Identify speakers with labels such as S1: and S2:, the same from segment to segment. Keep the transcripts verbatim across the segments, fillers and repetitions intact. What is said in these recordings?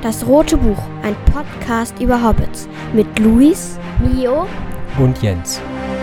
S1: Das Rote Buch, ein Podcast über Hobbits mit Luis, Mio
S2: und Jens.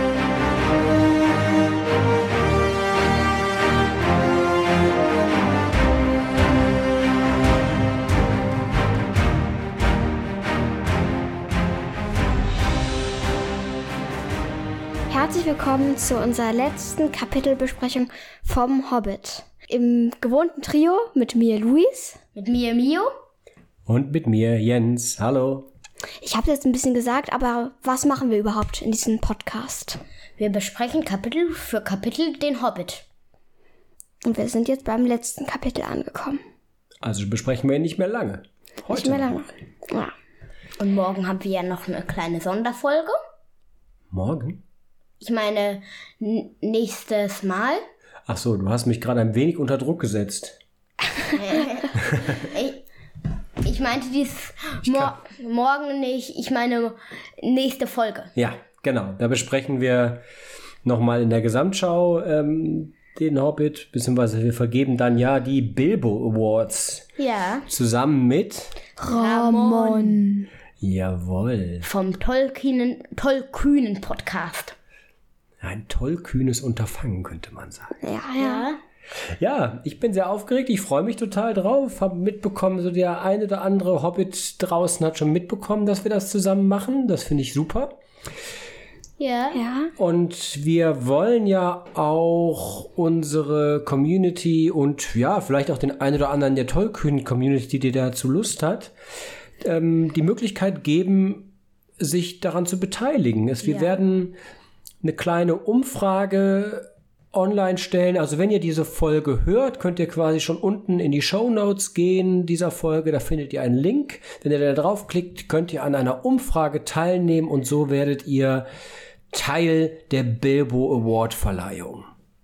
S1: Herzlich willkommen zu unserer letzten Kapitelbesprechung vom Hobbit. Im gewohnten Trio mit mir Luis,
S3: mit mir Mio
S2: und mit mir Jens. Hallo.
S1: Ich habe jetzt ein bisschen gesagt, aber was machen wir überhaupt in diesem Podcast?
S3: Wir besprechen Kapitel für Kapitel den Hobbit.
S1: Und wir sind jetzt beim letzten Kapitel angekommen.
S2: Also besprechen wir ihn nicht mehr lange. Heute
S1: nicht mehr lange. Ja.
S3: Und morgen haben wir ja noch eine kleine Sonderfolge.
S2: Morgen?
S3: Ich meine, n- nächstes Mal.
S2: Ach so, du hast mich gerade ein wenig unter Druck gesetzt.
S3: ich, ich meinte dies mor- morgen nicht, ich meine nächste Folge.
S2: Ja, genau. Da besprechen wir nochmal in der Gesamtschau ähm, den Hobbit, beziehungsweise wir vergeben dann ja die Bilbo Awards.
S3: Ja.
S2: Zusammen mit
S1: Ramon.
S2: Jawohl.
S3: Vom Tolkien, Tollkühnen Podcast.
S2: Ein tollkühnes Unterfangen, könnte man sagen.
S1: Ja, ja.
S2: Ja, ich bin sehr aufgeregt. Ich freue mich total drauf. Habe mitbekommen, so der eine oder andere Hobbit draußen hat schon mitbekommen, dass wir das zusammen machen. Das finde ich super.
S3: Ja.
S1: Ja.
S2: Und wir wollen ja auch unsere Community und ja, vielleicht auch den einen oder anderen der tollkühnen Community, die dazu Lust hat, ähm, die Möglichkeit geben, sich daran zu beteiligen. Es, wir
S3: Ja.
S2: werden eine kleine Umfrage online stellen. Also wenn ihr diese Folge hört, könnt ihr quasi schon unten in die Shownotes gehen dieser Folge. Da findet ihr einen Link. Wenn ihr da draufklickt, könnt ihr an einer Umfrage teilnehmen und so werdet ihr Teil der Bilbo Award Verleihung.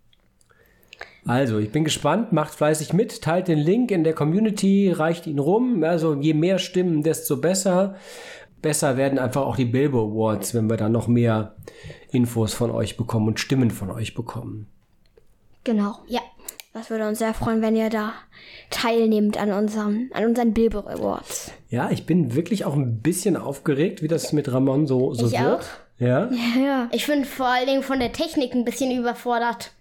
S2: Also, ich bin gespannt. Macht fleißig mit. Teilt den Link in der Community. Reicht ihn rum. Also, je mehr Stimmen, desto besser. Besser werden einfach auch die Bilbo Awards, wenn wir da noch mehr Infos von euch bekommen und Stimmen von euch bekommen.
S1: Genau.
S3: Ja.
S1: Das würde uns sehr freuen, wenn ihr da teilnehmt an unserem, an unseren Bilbo Awards.
S2: Ja, ich bin wirklich auch ein bisschen aufgeregt, wie das mit Ramon so, so
S3: Ich
S2: wird.
S3: auch.
S2: Ja?
S1: Ja, ja.
S3: Ich bin vor allen Dingen von der Technik ein bisschen überfordert.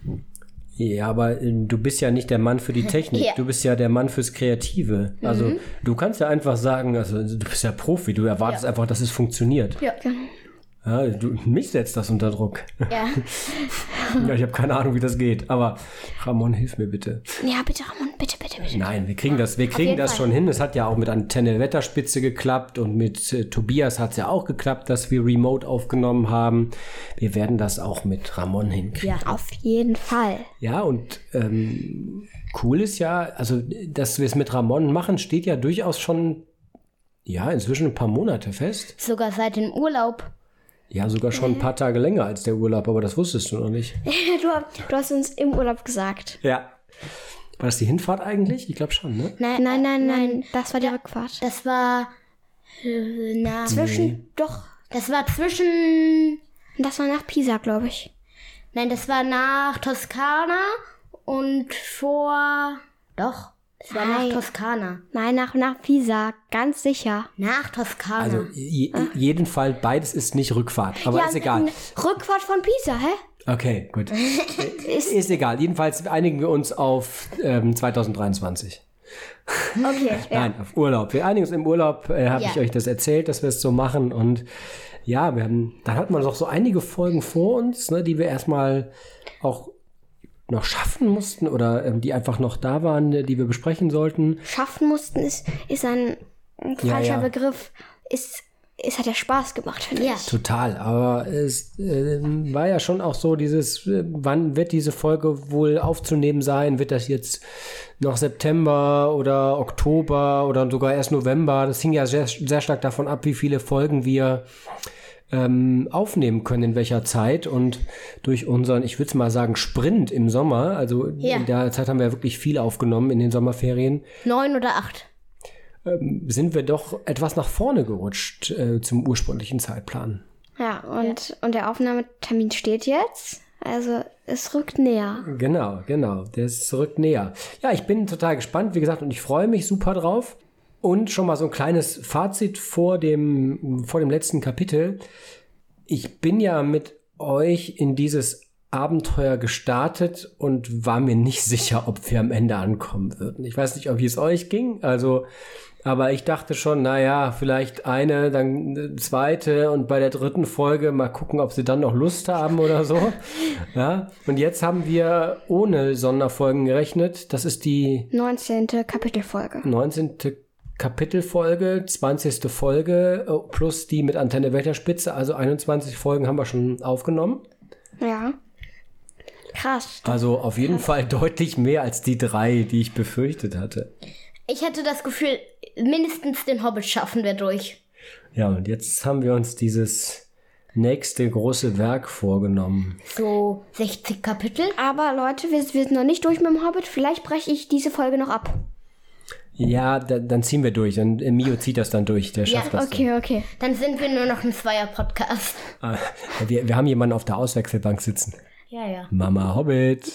S2: Ja, aber äh, du bist ja nicht der Mann für die Technik,
S3: Ja.
S2: du bist ja der Mann fürs Kreative. Also du kannst ja einfach sagen, also du bist ja Profi, du erwartest
S3: Ja.
S2: einfach, dass es funktioniert.
S3: Ja.
S2: Ja, du, mich setzt das unter Druck.
S3: Ja.
S2: Ja, ich habe keine Ahnung, wie das geht, aber Ramon, hilf mir bitte.
S1: Ja, bitte, Ramon, bitte, bitte, bitte.
S2: Nein, wir kriegen das, wir kriegen
S1: jeden
S2: das
S1: Fall.
S2: schon hin. Es hat ja auch mit Antenne Wetterspitze geklappt und mit äh, Tobias hat es ja auch geklappt, dass wir remote aufgenommen haben. Wir werden das auch mit Ramon hinkriegen.
S3: Ja.
S1: Auf jeden Fall.
S2: Ja, und ähm, cool ist ja, also, dass wir es mit Ramon machen, steht ja durchaus schon, ja, inzwischen ein paar Monate fest.
S3: Sogar seit dem Urlaub.
S2: Ja, sogar schon ein paar Tage länger als der Urlaub, aber das wusstest du noch nicht.
S1: Du, du hast uns im Urlaub gesagt.
S2: Ja. War das die Hinfahrt eigentlich? Ich glaube schon, ne?
S3: Nein,
S1: Nein, nein, nein, das war die Rückfahrt.
S3: Das war äh, na,
S1: Zwischen, doch,
S3: das war zwischen
S1: das war nach Pisa, glaube ich.
S3: Nein, das war nach Toskana und vor doch, es war
S1: Nein.
S3: nach Toskana.
S1: Nein, nach, nach Pisa, ganz sicher.
S3: Nach Toskana.
S2: Also, je, jeden Fall, beides ist nicht Rückfahrt, aber
S1: Ja,
S2: ist egal.
S1: n- Rückfahrt von Pisa, hä?
S2: Okay, gut. ist, ist egal. Jedenfalls einigen wir uns auf ähm, zwanzig dreiundzwanzig.
S1: Okay, ja.
S2: Nein, auf Urlaub. Wir einigen uns im Urlaub, äh, habe
S3: Ja.
S2: ich euch das erzählt, dass wir es so machen. Und ja, wir haben, dann hat man doch so einige Folgen vor uns, ne, die wir erstmal auch noch schaffen mussten oder ähm, die einfach noch da waren, äh, die wir besprechen sollten.
S1: Schaffen mussten ist, ist ein, ein
S2: Ja,
S1: falscher
S2: ja.
S1: Begriff. Ist, es hat ja Spaß gemacht, finde
S3: Ja.
S1: ich.
S2: Total, aber es äh, war ja schon auch so dieses, äh, wann wird diese Folge wohl aufzunehmen sein? Wird das jetzt noch September oder Oktober oder sogar erst November? Das hing ja sehr, sehr stark davon ab, wie viele Folgen wir ähm, aufnehmen können, in welcher Zeit. Und durch unseren, ich würde es mal sagen, Sprint im Sommer, also
S3: Ja.
S2: in der Zeit haben wir wirklich viel aufgenommen in den Sommerferien,
S3: Neun oder acht.
S2: sind wir doch etwas nach vorne gerutscht äh, zum ursprünglichen Zeitplan.
S1: Ja, und, und der Aufnahmetermin steht jetzt. Also es rückt näher.
S2: Genau, genau. Das rückt näher. Ja, ich bin total gespannt, wie gesagt, und ich freue mich super drauf. Und schon mal so ein kleines Fazit vor dem, vor dem letzten Kapitel. Ich bin ja mit euch in dieses Abenteuer gestartet und war mir nicht sicher, ob wir am Ende ankommen würden. Ich weiß nicht, ob es euch ging, also, aber ich dachte schon, naja, vielleicht eine, dann eine zweite und bei der dritten Folge mal gucken, ob sie dann noch Lust haben oder so. Ja, und jetzt haben wir ohne Sonderfolgen gerechnet. Das ist die
S1: neunzehnte Kapitelfolge.
S2: neunzehnte Kapitelfolge, zwanzigste Folge plus die mit Antenne Wetterspitze, also einundzwanzig Folgen haben wir schon aufgenommen.
S1: Ja. Krass.
S2: Also auf jeden Krass. Fall deutlich mehr als die drei, die ich befürchtet hatte.
S3: Ich hatte das Gefühl, mindestens den Hobbit schaffen wir durch.
S2: Ja, und jetzt haben wir uns dieses nächste große Werk vorgenommen.
S3: So sechzig Kapitel.
S1: Aber Leute, wir, wir sind noch nicht durch mit dem Hobbit. Vielleicht breche ich diese Folge noch ab.
S2: Ja, da, dann ziehen wir durch. Und Mio zieht das dann durch. Der schafft
S3: ja,
S2: das.
S1: Okay, dann. okay.
S3: Dann sind wir nur noch ein Zweier-Podcast.
S2: Ah, wir, wir haben jemanden auf der Auswechselbank sitzen.
S3: Ja, ja.
S2: Mama Hobbit.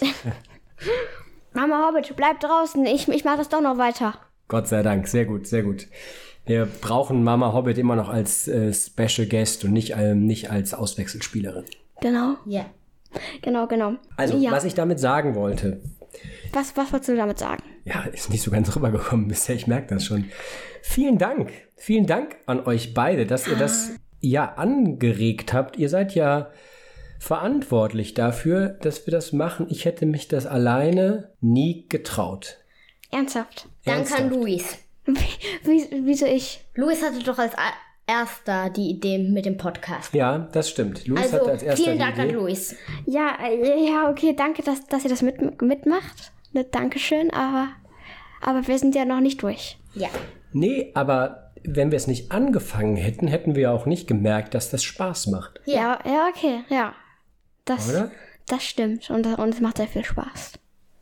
S1: Mama Hobbit, bleib draußen. Ich, ich mache das doch noch weiter.
S2: Gott sei Dank. Sehr gut, sehr gut. Wir brauchen Mama Hobbit immer noch als äh, Special Guest und nicht, ähm, nicht als Auswechselspielerin.
S1: Genau.
S3: Ja.
S1: Genau, genau.
S2: Also,
S1: ja.
S2: was ich damit sagen wollte.
S1: Was, was wolltest du damit sagen?
S2: Ja, ist nicht so ganz rübergekommen bisher, ich merke das schon. Vielen Dank, vielen Dank an euch beide, dass ihr das ja angeregt habt. Ihr seid ja verantwortlich dafür, dass wir das machen. Ich hätte mich das alleine nie getraut.
S1: Ernsthaft?
S3: Danke an Luis.
S1: Wie, wieso ich?
S3: Luis hatte doch als erster die Idee mit dem Podcast.
S2: Ja, das stimmt. Luis
S3: also,
S2: hatte als erster
S3: vielen
S2: die
S3: Dank
S2: Idee.
S3: an Luis.
S1: Ja, ja, okay, danke, dass, dass ihr das mit, mitmacht. Ne, Dankeschön, aber, aber wir sind ja noch nicht durch.
S3: Ja.
S2: Nee, aber wenn wir es nicht angefangen hätten, hätten wir auch nicht gemerkt, dass das Spaß macht.
S1: Ja, ja, okay, ja. Das,
S2: Oder?
S1: Das stimmt und, und es macht sehr viel Spaß.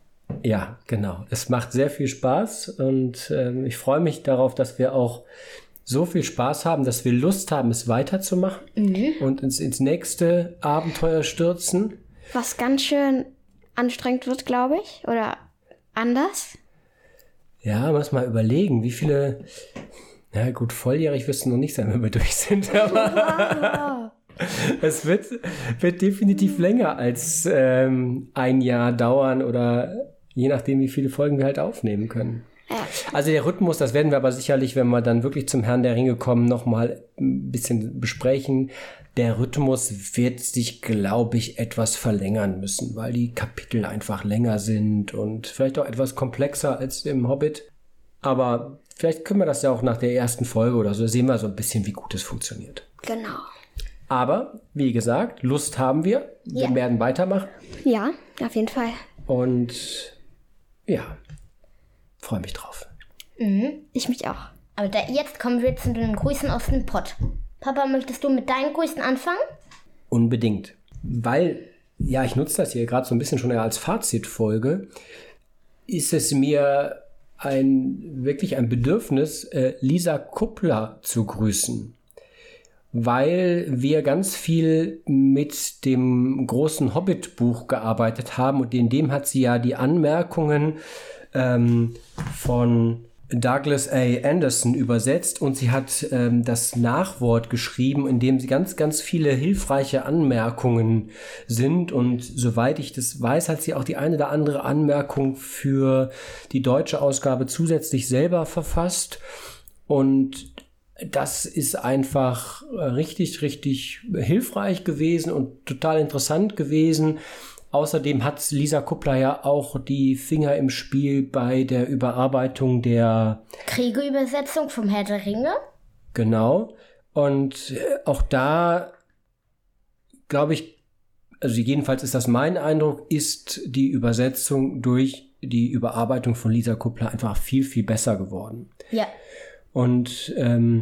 S2: Ja, genau. Es macht sehr viel Spaß und ähm, ich freue mich darauf, dass wir auch so viel Spaß haben, dass wir Lust haben, es weiterzumachen mhm. und uns ins nächste Abenteuer stürzen.
S1: Was ganz schön anstrengend wird, glaube ich, oder anders.
S2: Ja, muss mal überlegen, wie viele, na gut, volljährig wirst du noch nicht sein, wenn wir durch sind, aber es wird, wird definitiv länger als ähm, ein Jahr dauern oder je nachdem, wie viele Folgen wir halt aufnehmen können.
S1: Ja.
S2: Also der Rhythmus, das werden wir aber sicherlich, wenn wir dann wirklich zum Herrn der Ringe kommen, nochmal ein bisschen besprechen. Der Rhythmus wird sich, glaube ich, etwas verlängern müssen, weil die Kapitel einfach länger sind und vielleicht auch etwas komplexer als im Hobbit. Aber vielleicht können wir das ja auch nach der ersten Folge oder so, da sehen wir so ein bisschen, wie gut es funktioniert.
S1: Genau.
S2: Aber, wie gesagt, Lust haben wir. Wir
S3: Ja.
S2: werden weitermachen.
S1: Ja, auf jeden Fall.
S2: Und ja, freue mich drauf.
S3: Mhm.
S1: Ich mich auch.
S3: Aber da, jetzt kommen wir zu den Grüßen aus dem Pott. Papa, möchtest du mit deinen Grüßen anfangen?
S2: Unbedingt. Weil, ja, ich nutze das hier gerade so ein bisschen schon als Fazitfolge, ist es mir ein wirklich ein Bedürfnis, äh, Lisa Kuppler zu grüßen. Weil wir ganz viel mit dem großen Hobbit-Buch gearbeitet haben und in dem hat sie ja die Anmerkungen ähm, von Douglas A. Anderson übersetzt und sie hat ähm, das Nachwort geschrieben, in dem sie ganz, ganz viele hilfreiche Anmerkungen sind und soweit ich das weiß, hat sie auch die eine oder andere Anmerkung für die deutsche Ausgabe zusätzlich selber verfasst und das ist einfach richtig, richtig hilfreich gewesen und total interessant gewesen. Außerdem hat Lisa Kuppler ja auch die Finger im Spiel bei der Überarbeitung der
S3: Kriegerübersetzung vom Herr der Ringe.
S2: Genau. Und auch da, glaube ich, also jedenfalls ist das mein Eindruck, ist die Übersetzung durch die Überarbeitung von Lisa Kuppler einfach viel, viel besser geworden.
S3: Ja. Und
S2: ähm,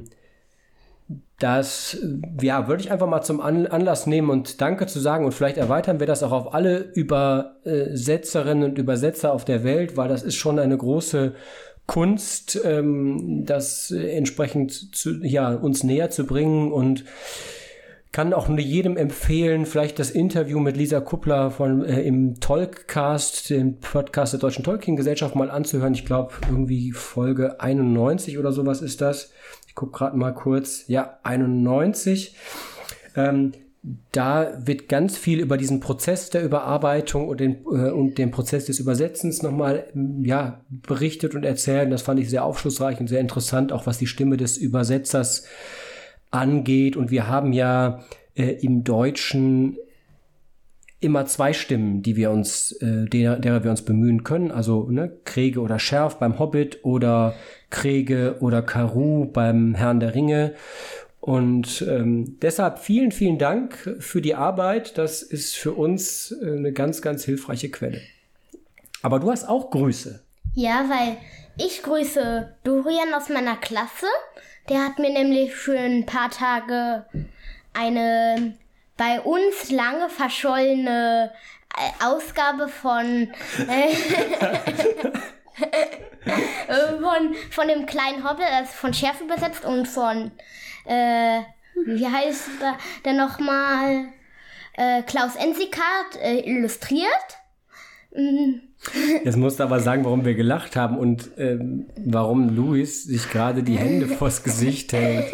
S2: das, ja, würde ich einfach mal zum An- Anlass nehmen und Danke zu sagen und vielleicht erweitern wir das auch auf alle Übersetzerinnen und Übersetzer auf der Welt, weil das ist schon eine große Kunst, ähm, das entsprechend zu, ja, uns näher zu bringen und kann auch nur jedem empfehlen, vielleicht das Interview mit Lisa Kuppler von äh, im Tolkcast, dem Podcast der Deutschen Tolkien-Gesellschaft, mal anzuhören. Ich glaube, irgendwie Folge einundneunzig oder sowas ist das. Ich gucke gerade mal kurz. Ja, einundneunzig. Ähm, da wird ganz viel über diesen Prozess der Überarbeitung und den, äh, und den Prozess des Übersetzens nochmal ja, berichtet und erzählt. Das fand ich sehr aufschlussreich und sehr interessant, auch was die Stimme des Übersetzers angeht. Und wir haben ja äh, im Deutschen immer zwei Stimmen, die wir uns, äh, der, derer wir uns bemühen können. Also ne, Krege oder Scherf beim Hobbit oder Krege oder Karu beim Herrn der Ringe. Und ähm, deshalb vielen, vielen Dank für die Arbeit. Das ist für uns äh, eine ganz, ganz hilfreiche Quelle. Aber du hast auch Grüße.
S3: Ja, weil ich grüße Dorian aus meiner Klasse. Der hat mir nämlich für ein paar Tage eine bei uns lange verschollene Ausgabe von, äh, von, von dem kleinen Hobbit, also von Scherf übersetzt und von, äh, wie heißt der, der nochmal, äh, Klaus Ensikart äh, illustriert. Mhm.
S2: Jetzt musst du aber sagen, warum wir gelacht haben und ähm, warum Luis sich gerade die Hände vors Gesicht hält.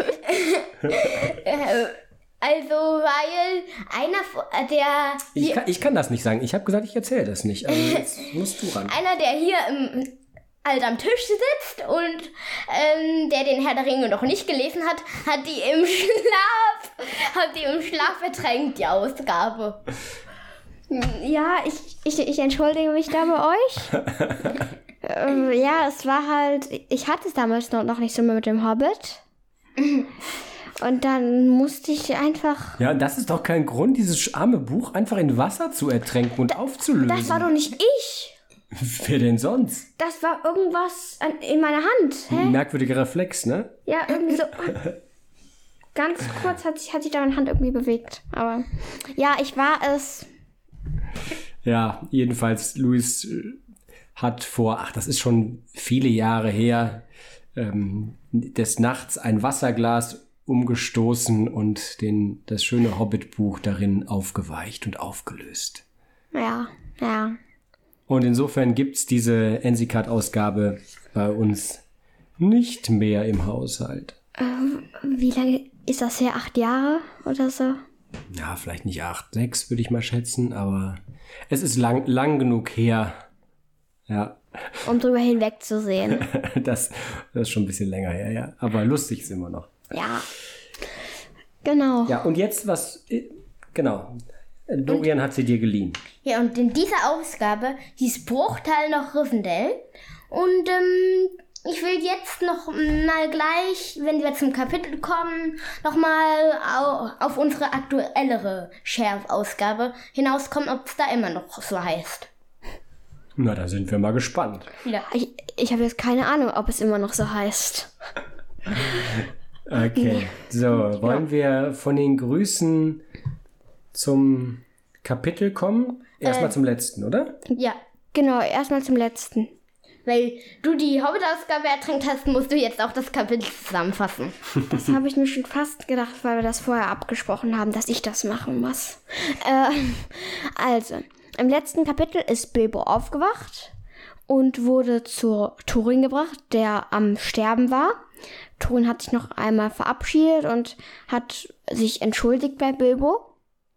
S3: Also, weil einer der...
S2: Ich kann, ich kann das nicht sagen. Ich habe gesagt, ich erzähle das nicht. Also jetzt musst du ran.
S3: Einer, der hier im, halt am Tisch sitzt und ähm, der den Herr der Ringe noch nicht gelesen hat, hat die im Schlaf, hat die im Schlaf verdrängt, die Ausgabe.
S1: Ja, ich, ich, ich entschuldige mich da bei euch. ähm, ja, es war halt, ich hatte es damals noch, noch nicht so mehr mit dem Hobbit. Und dann musste ich einfach...
S2: Ja, das ist doch kein Grund, dieses arme Buch einfach in Wasser zu ertränken und aufzulösen.
S1: Das war doch nicht ich.
S2: Wer denn sonst?
S1: Das war irgendwas an, in meiner Hand. Hä?
S2: Ein merkwürdiger Reflex, ne?
S1: Ja, irgendwie so... Ganz kurz hat sich, hat sich da meine Hand irgendwie bewegt. Aber ja, ich war es...
S2: Ja, jedenfalls, Luis hat vor, ach, das ist schon viele Jahre her, ähm, des Nachts ein Wasserglas umgestoßen und den, das schöne Hobbit-Buch darin aufgeweicht und aufgelöst.
S1: Ja, ja.
S2: Und insofern gibt's diese Ensikart-Ausgabe bei uns nicht mehr im Haushalt.
S1: Ähm, wie lange ist das her? Acht Jahre oder so?
S2: Ja, vielleicht nicht acht, sechs würde ich mal schätzen, aber es ist lang, lang genug her. Ja.
S1: Um drüber hinwegzusehen.
S2: das, das ist schon ein bisschen länger her, ja. Aber lustig ist immer noch.
S1: Ja. Genau.
S2: Ja, und jetzt was, genau. Dorian und, hat sie dir geliehen.
S3: Ja, und in dieser Ausgabe hieß Bruchteil noch Rivendell. Und ähm, ich will jetzt noch mal gleich, wenn wir zum Kapitel kommen, noch mal auf, auf unsere aktuellere Scherf-Ausgabe hinauskommen, ob es da immer noch so heißt.
S2: Na, da sind wir mal gespannt.
S1: Ja. Ich, ich habe jetzt keine Ahnung, ob es immer noch so heißt.
S2: Okay, so, wollen wir von den Grüßen zum Kapitel kommen? Erstmal äh, zum letzten, oder?
S3: Ja.
S1: Genau, erstmal zum letzten.
S3: Weil du die Hobbit-Ausgabe ertränkt hast, musst du jetzt auch das Kapitel zusammenfassen.
S1: Das habe ich mir schon fast gedacht, weil wir das vorher abgesprochen haben, dass ich das machen muss. Äh, also, im letzten Kapitel ist Bilbo aufgewacht und wurde zu Thorin gebracht, der am Sterben war. Thorin hat sich noch einmal verabschiedet und hat sich entschuldigt bei Bilbo.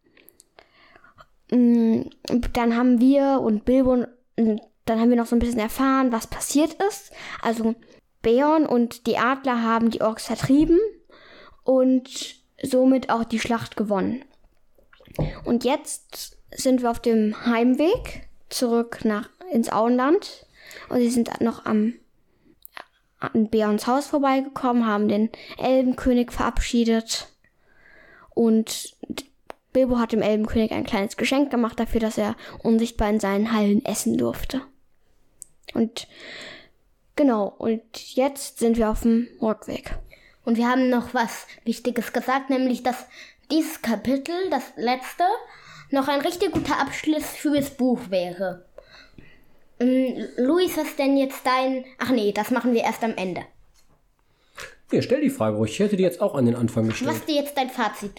S1: Dann haben wir und Bilbo... Dann haben wir noch so ein bisschen erfahren, was passiert ist. Also Beorn und die Adler haben die Orks vertrieben und somit auch die Schlacht gewonnen. Und jetzt sind wir auf dem Heimweg zurück nach ins Auenland. Und sie sind noch am an Beorns Haus vorbeigekommen, haben den Elbenkönig verabschiedet. Und Bilbo hat dem Elbenkönig ein kleines Geschenk gemacht dafür, dass er unsichtbar in seinen Hallen essen durfte. Und genau, und jetzt sind wir auf dem Rückweg.
S3: Und wir haben noch was Wichtiges gesagt, nämlich, dass dieses Kapitel, das letzte, noch ein richtig guter Abschluss für das Buch wäre. Ähm, Luis, was denn jetzt dein... Ach nee, das machen wir erst am Ende.
S2: Ja, stell die Frage ruhig. Ich hätte die jetzt auch an den Anfang gestellt.
S3: Was ist jetzt dein Fazit?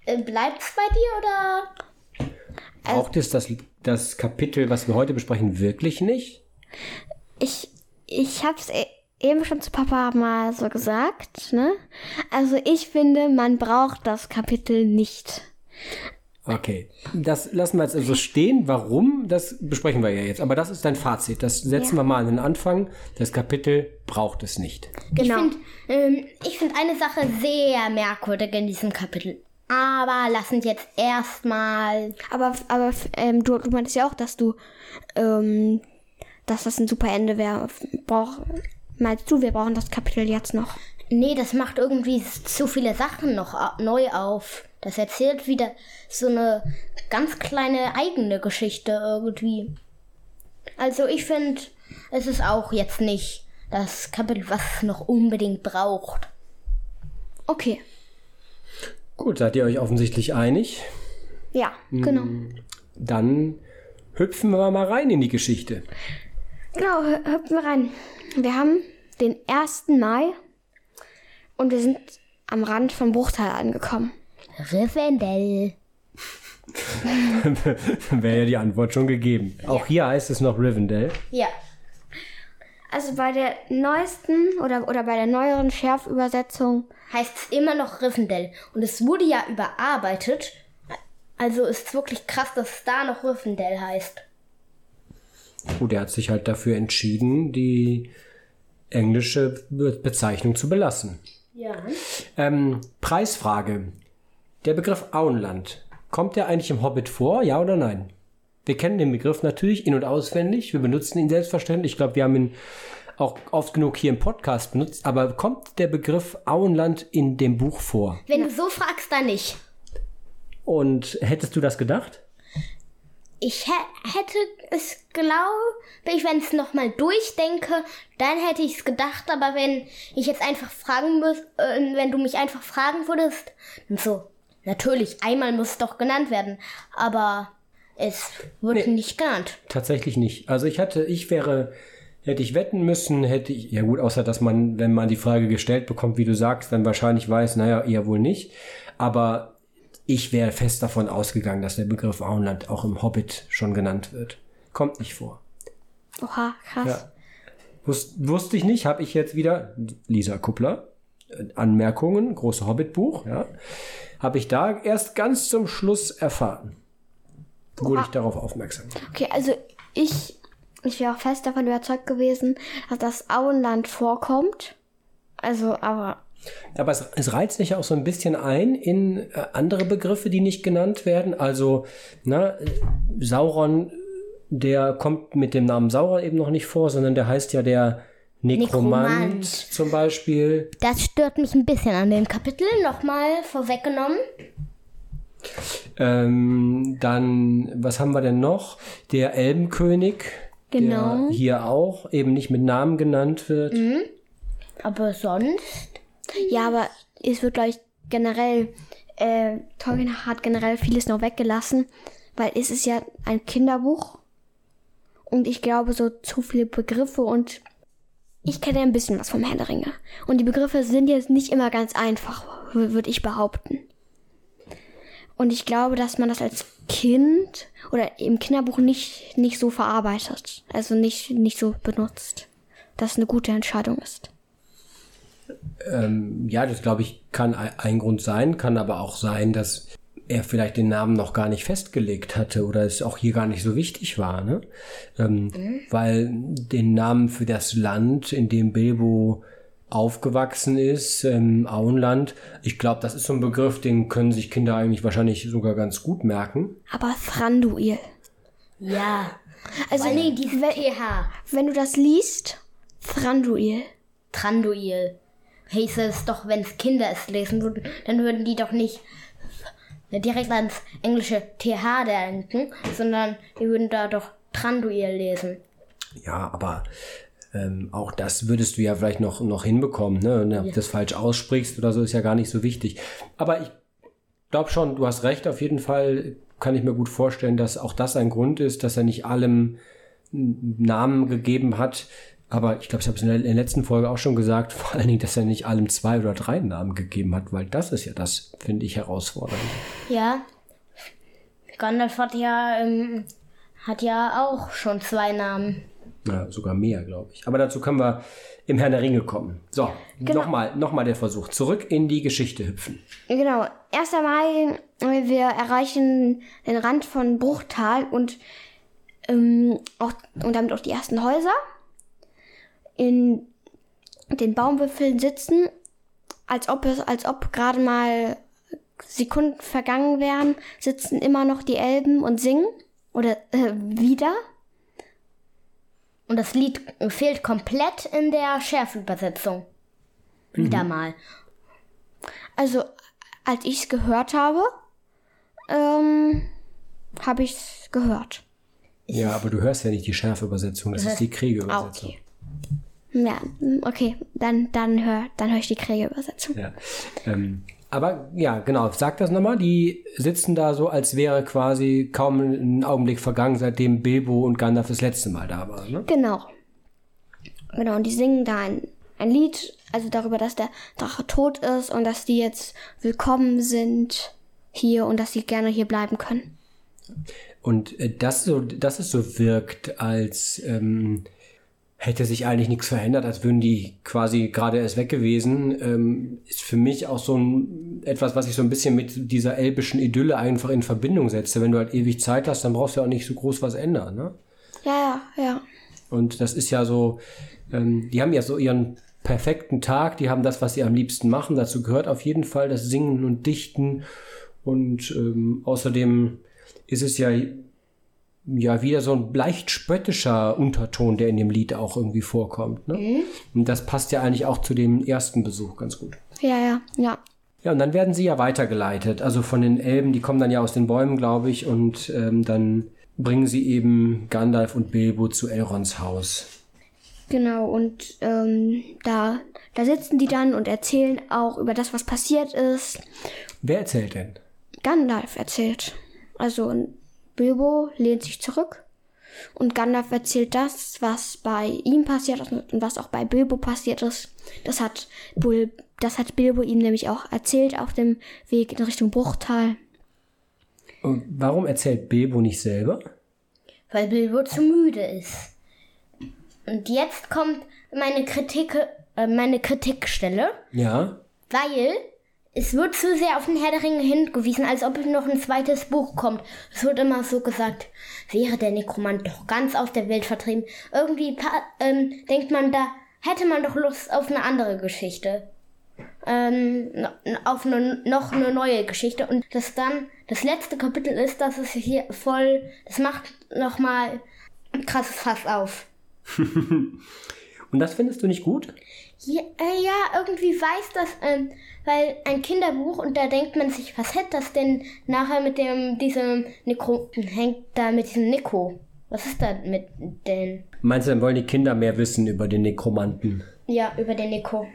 S3: Äh, bleibt's bei dir oder?
S2: Braucht es das, das Kapitel, was wir heute besprechen, wirklich nicht?
S1: Ich, ich hab's e- eben schon zu Papa mal so gesagt, ne? Also ich finde, man braucht das Kapitel nicht.
S2: Okay, das lassen wir jetzt also stehen. Warum? Das besprechen wir ja jetzt. Aber das ist dein Fazit. Das setzen
S1: Ja.
S2: wir mal an den Anfang. Das Kapitel braucht es nicht.
S1: Genau.
S3: Ich finde ähm, ich find eine Sache sehr merkwürdig in diesem Kapitel. Aber lass uns jetzt erstmal.
S1: Aber, aber ähm, du, du meintest ja auch, dass du, ähm, dass das ein super Ende wäre. Brauch, meinst du, wir brauchen das Kapitel jetzt noch?
S3: Nee, das macht irgendwie zu viele Sachen noch au- neu auf. Das erzählt wieder so eine ganz kleine eigene Geschichte irgendwie. Also ich finde, es ist auch jetzt nicht das Kapitel, was es noch unbedingt braucht.
S1: Okay.
S2: Gut, seid ihr euch offensichtlich einig?
S1: Ja, genau.
S2: Dann hüpfen wir mal rein in die Geschichte.
S1: Genau, hü- hüpfen wir rein. Wir haben den ersten Mai und wir sind am Rand vom Bruchtal angekommen.
S3: Rivendell.
S2: Wäre ja die Antwort schon gegeben. Auch hier heißt es noch Rivendell.
S3: Ja.
S1: Also bei der neuesten oder, oder bei der neueren Schärfübersetzung,
S3: Heißt es immer noch Rivendell. Und es wurde ja überarbeitet. Also ist es wirklich krass, dass es da noch Rivendell heißt.
S2: Gut, er hat sich halt dafür entschieden, die englische Be- Bezeichnung zu belassen.
S3: Ja.
S2: Ähm, Preisfrage. Der Begriff Auenland, kommt der eigentlich im Hobbit vor, ja oder nein? Wir kennen den Begriff natürlich in- und auswendig. Wir benutzen ihn selbstverständlich. Ich glaube, wir haben ihn auch oft genug hier im Podcast benutzt. Aber kommt der Begriff Auenland in dem Buch vor?
S3: Wenn du so fragst, dann nicht.
S2: Und hättest du das gedacht?
S3: Ich hä- hätte es, glaube ich, wenn ich es nochmal durchdenke, dann hätte ich es gedacht. Aber wenn ich jetzt einfach fragen muss, äh, wenn du mich einfach fragen würdest, dann so, natürlich, einmal muss es doch genannt werden. Aber es wird
S2: Nee.
S3: nicht genannt.
S2: Tatsächlich nicht. Also ich hatte, ich wäre, hätte ich wetten müssen, hätte ich, ja gut, außer dass man, wenn man die Frage gestellt bekommt, wie du sagst, dann wahrscheinlich weiß, naja, eher wohl nicht. Aber ich wäre fest davon ausgegangen, dass der Begriff Auenland auch im Hobbit schon genannt wird. Kommt nicht vor.
S1: oha, krass.
S2: Ja. Wus wusste ich nicht, habe ich jetzt wieder, Lisa Kuppler, äh, Anmerkungen, große Hobbit-Buch, ja, habe ich da erst ganz zum Schluss erfahren. Wurde ich darauf aufmerksam.
S1: Okay, also ich, ich wäre auch fest davon überzeugt gewesen, dass das Auenland vorkommt. Also, aber
S2: Aber es, es reizt sich auch so ein bisschen ein in äh, andere Begriffe, die nicht genannt werden. Also, na, äh, Sauron, der kommt mit dem Namen Sauron eben noch nicht vor, sondern der heißt ja der Nekromant,
S3: Nekromant.
S2: zum Beispiel.
S3: Das stört mich ein bisschen an dem Kapitel. Nochmal vorweggenommen.
S2: Ähm, dann, was haben wir denn noch? Der Elbenkönig,
S1: Genau.
S2: der hier auch eben nicht mit Namen genannt wird.
S3: Aber sonst?
S1: ja, aber es wird, glaube ich, generell, äh, Tolkien hat generell vieles noch weggelassen, weil es ist ja ein Kinderbuch und ich glaube, so zu viele Begriffe und ich kenne ja ein bisschen was vom Herrn der Ringe. Und die Begriffe sind jetzt nicht immer ganz einfach, würde ich behaupten. Und ich glaube, dass man das als Kind oder im Kinderbuch nicht, nicht so verarbeitet. Also nicht, nicht so benutzt. Dass es eine gute Entscheidung ist.
S2: Ähm, ja, das glaube ich kann ein ein Grund sein, kann aber auch sein, dass er vielleicht den Namen noch gar nicht festgelegt hatte oder es auch hier gar nicht so wichtig war, ne? Ähm, mhm. Weil den Namen für das Land, in dem Bilbo aufgewachsen ist, ähm, Auenland, ich glaube, das ist so ein Begriff, den können sich Kinder eigentlich wahrscheinlich sogar ganz gut merken.
S1: Aber Thranduil.
S3: Ja.
S1: Also
S3: Nee, dieses T H.
S1: wenn du das liest, Thranduil.
S3: Thranduil. Hieß es doch, wenn es Kinder es lesen würden, dann würden die doch nicht direkt ans englische T H denken, sondern die würden da doch Thranduil lesen.
S2: Ja, aber ähm, auch das würdest du ja vielleicht noch, noch hinbekommen, ne? Wenn du
S3: Ja.
S2: das falsch aussprichst oder so, ist ja gar nicht so wichtig. Aber ich glaube schon, du hast recht, auf jeden Fall kann ich mir gut vorstellen, dass auch das ein Grund ist, dass er nicht allem einen Namen gegeben hat. Aber ich glaube, ich habe es in der, in der letzten Folge auch schon gesagt, vor allen Dingen, dass er nicht allem zwei oder drei Namen gegeben hat, weil das ist ja das, finde ich, herausfordernd.
S3: Ja, Gandalf hat ja, ähm, hat ja auch schon zwei Namen.
S2: Ja, sogar mehr, glaube ich. Aber dazu können wir im Herrn der Ringe kommen. So,
S1: Genau.
S2: nochmal noch mal der Versuch. Zurück in die Geschichte hüpfen.
S1: Genau, erst einmal, wir erreichen den Rand von Bruchtal und, ähm, auch, und damit auch die ersten Häuser. In den Baumwipfeln sitzen, als ob es, als ob gerade mal Sekunden vergangen wären, sitzen immer noch die Elben und singen. Oder äh, wieder.
S3: Und das Lied fehlt komplett in der Schärfübersetzung. Wieder mal.
S1: Also, als ich es gehört habe, ähm, habe ich es gehört.
S2: Ja, aber du hörst ja nicht die Schärfeübersetzung, das ist die Kriegerübersetzung.
S1: Okay. Ja, okay, dann, dann höre dann hör ich die Kriegerübersetzung.
S2: Ja. Ähm, aber ja, genau, sag das nochmal. Die sitzen da so, als wäre quasi kaum ein Augenblick vergangen, seitdem Bilbo und Gandalf das letzte Mal da waren. Ne?
S1: Genau. Genau, und die singen da ein, ein Lied, also darüber, dass der Drache tot ist und dass die jetzt willkommen sind hier und dass sie gerne hier bleiben können.
S2: Und äh, das, so, dass es so wirkt, als ähm, hätte sich eigentlich nichts verändert, als würden die quasi gerade erst weg gewesen, ähm, ist für mich auch so ein etwas, was ich so ein bisschen mit dieser elbischen Idylle einfach in Verbindung setze. Wenn du halt ewig Zeit hast, dann brauchst du auch nicht so groß was ändern, ne?
S1: Ja, ja, ja.
S2: Und das ist ja so, ähm, die haben ja so ihren perfekten Tag, die haben das, was sie am liebsten machen. Dazu gehört auf jeden Fall das Singen und Dichten. Und ähm, außerdem ist es ja ja wieder so ein leicht spöttischer Unterton, der in dem Lied auch irgendwie vorkommt. Ne? Mhm. Und das passt ja eigentlich auch zu dem ersten Besuch ganz gut.
S1: Ja, ja, ja.
S2: Ja, und dann werden sie ja weitergeleitet. Also von den Elben, die kommen dann ja aus den Bäumen, glaube ich. Und ähm, dann bringen sie eben Gandalf und Bilbo zu Elrons Haus.
S1: Genau, und ähm, da, da sitzen die dann und erzählen auch über das, was passiert ist.
S2: Wer erzählt denn?
S1: Gandalf erzählt. Also Bilbo lehnt sich zurück und Gandalf erzählt das, was bei ihm passiert ist und was auch bei Bilbo passiert ist. Das hat, Bul- das hat Bilbo ihm nämlich auch erzählt auf dem Weg in Richtung Bruchtal.
S2: Und warum erzählt Bilbo nicht selber?
S3: Weil Bilbo zu müde ist. Und jetzt kommt meine Kritik, äh, meine Kritikstelle.
S2: Ja.
S3: Weil es wird zu sehr auf den Herr der Ringe hingewiesen, als ob noch ein zweites Buch kommt. Es wird immer so gesagt, wäre der Nekromant doch ganz aus der Welt vertrieben. Irgendwie ähm, denkt man, da hätte man doch Lust auf eine andere Geschichte. Ähm, auf eine, noch eine neue Geschichte. Und das dann, das letzte Kapitel ist, dass es hier voll, das macht nochmal ein krasses Fass auf.
S2: Und das findest du nicht gut?
S3: Ja, äh, ja irgendwie weiß das, ähm, weil ein Kinderbuch, und da denkt man sich, was hätte das denn nachher mit dem, diesem Nekro, hängt da mit diesem Neko? Was ist da mit denn?
S2: Meinst du, dann wollen die Kinder mehr wissen über den Nekromanten?
S3: Ja, über den Neko.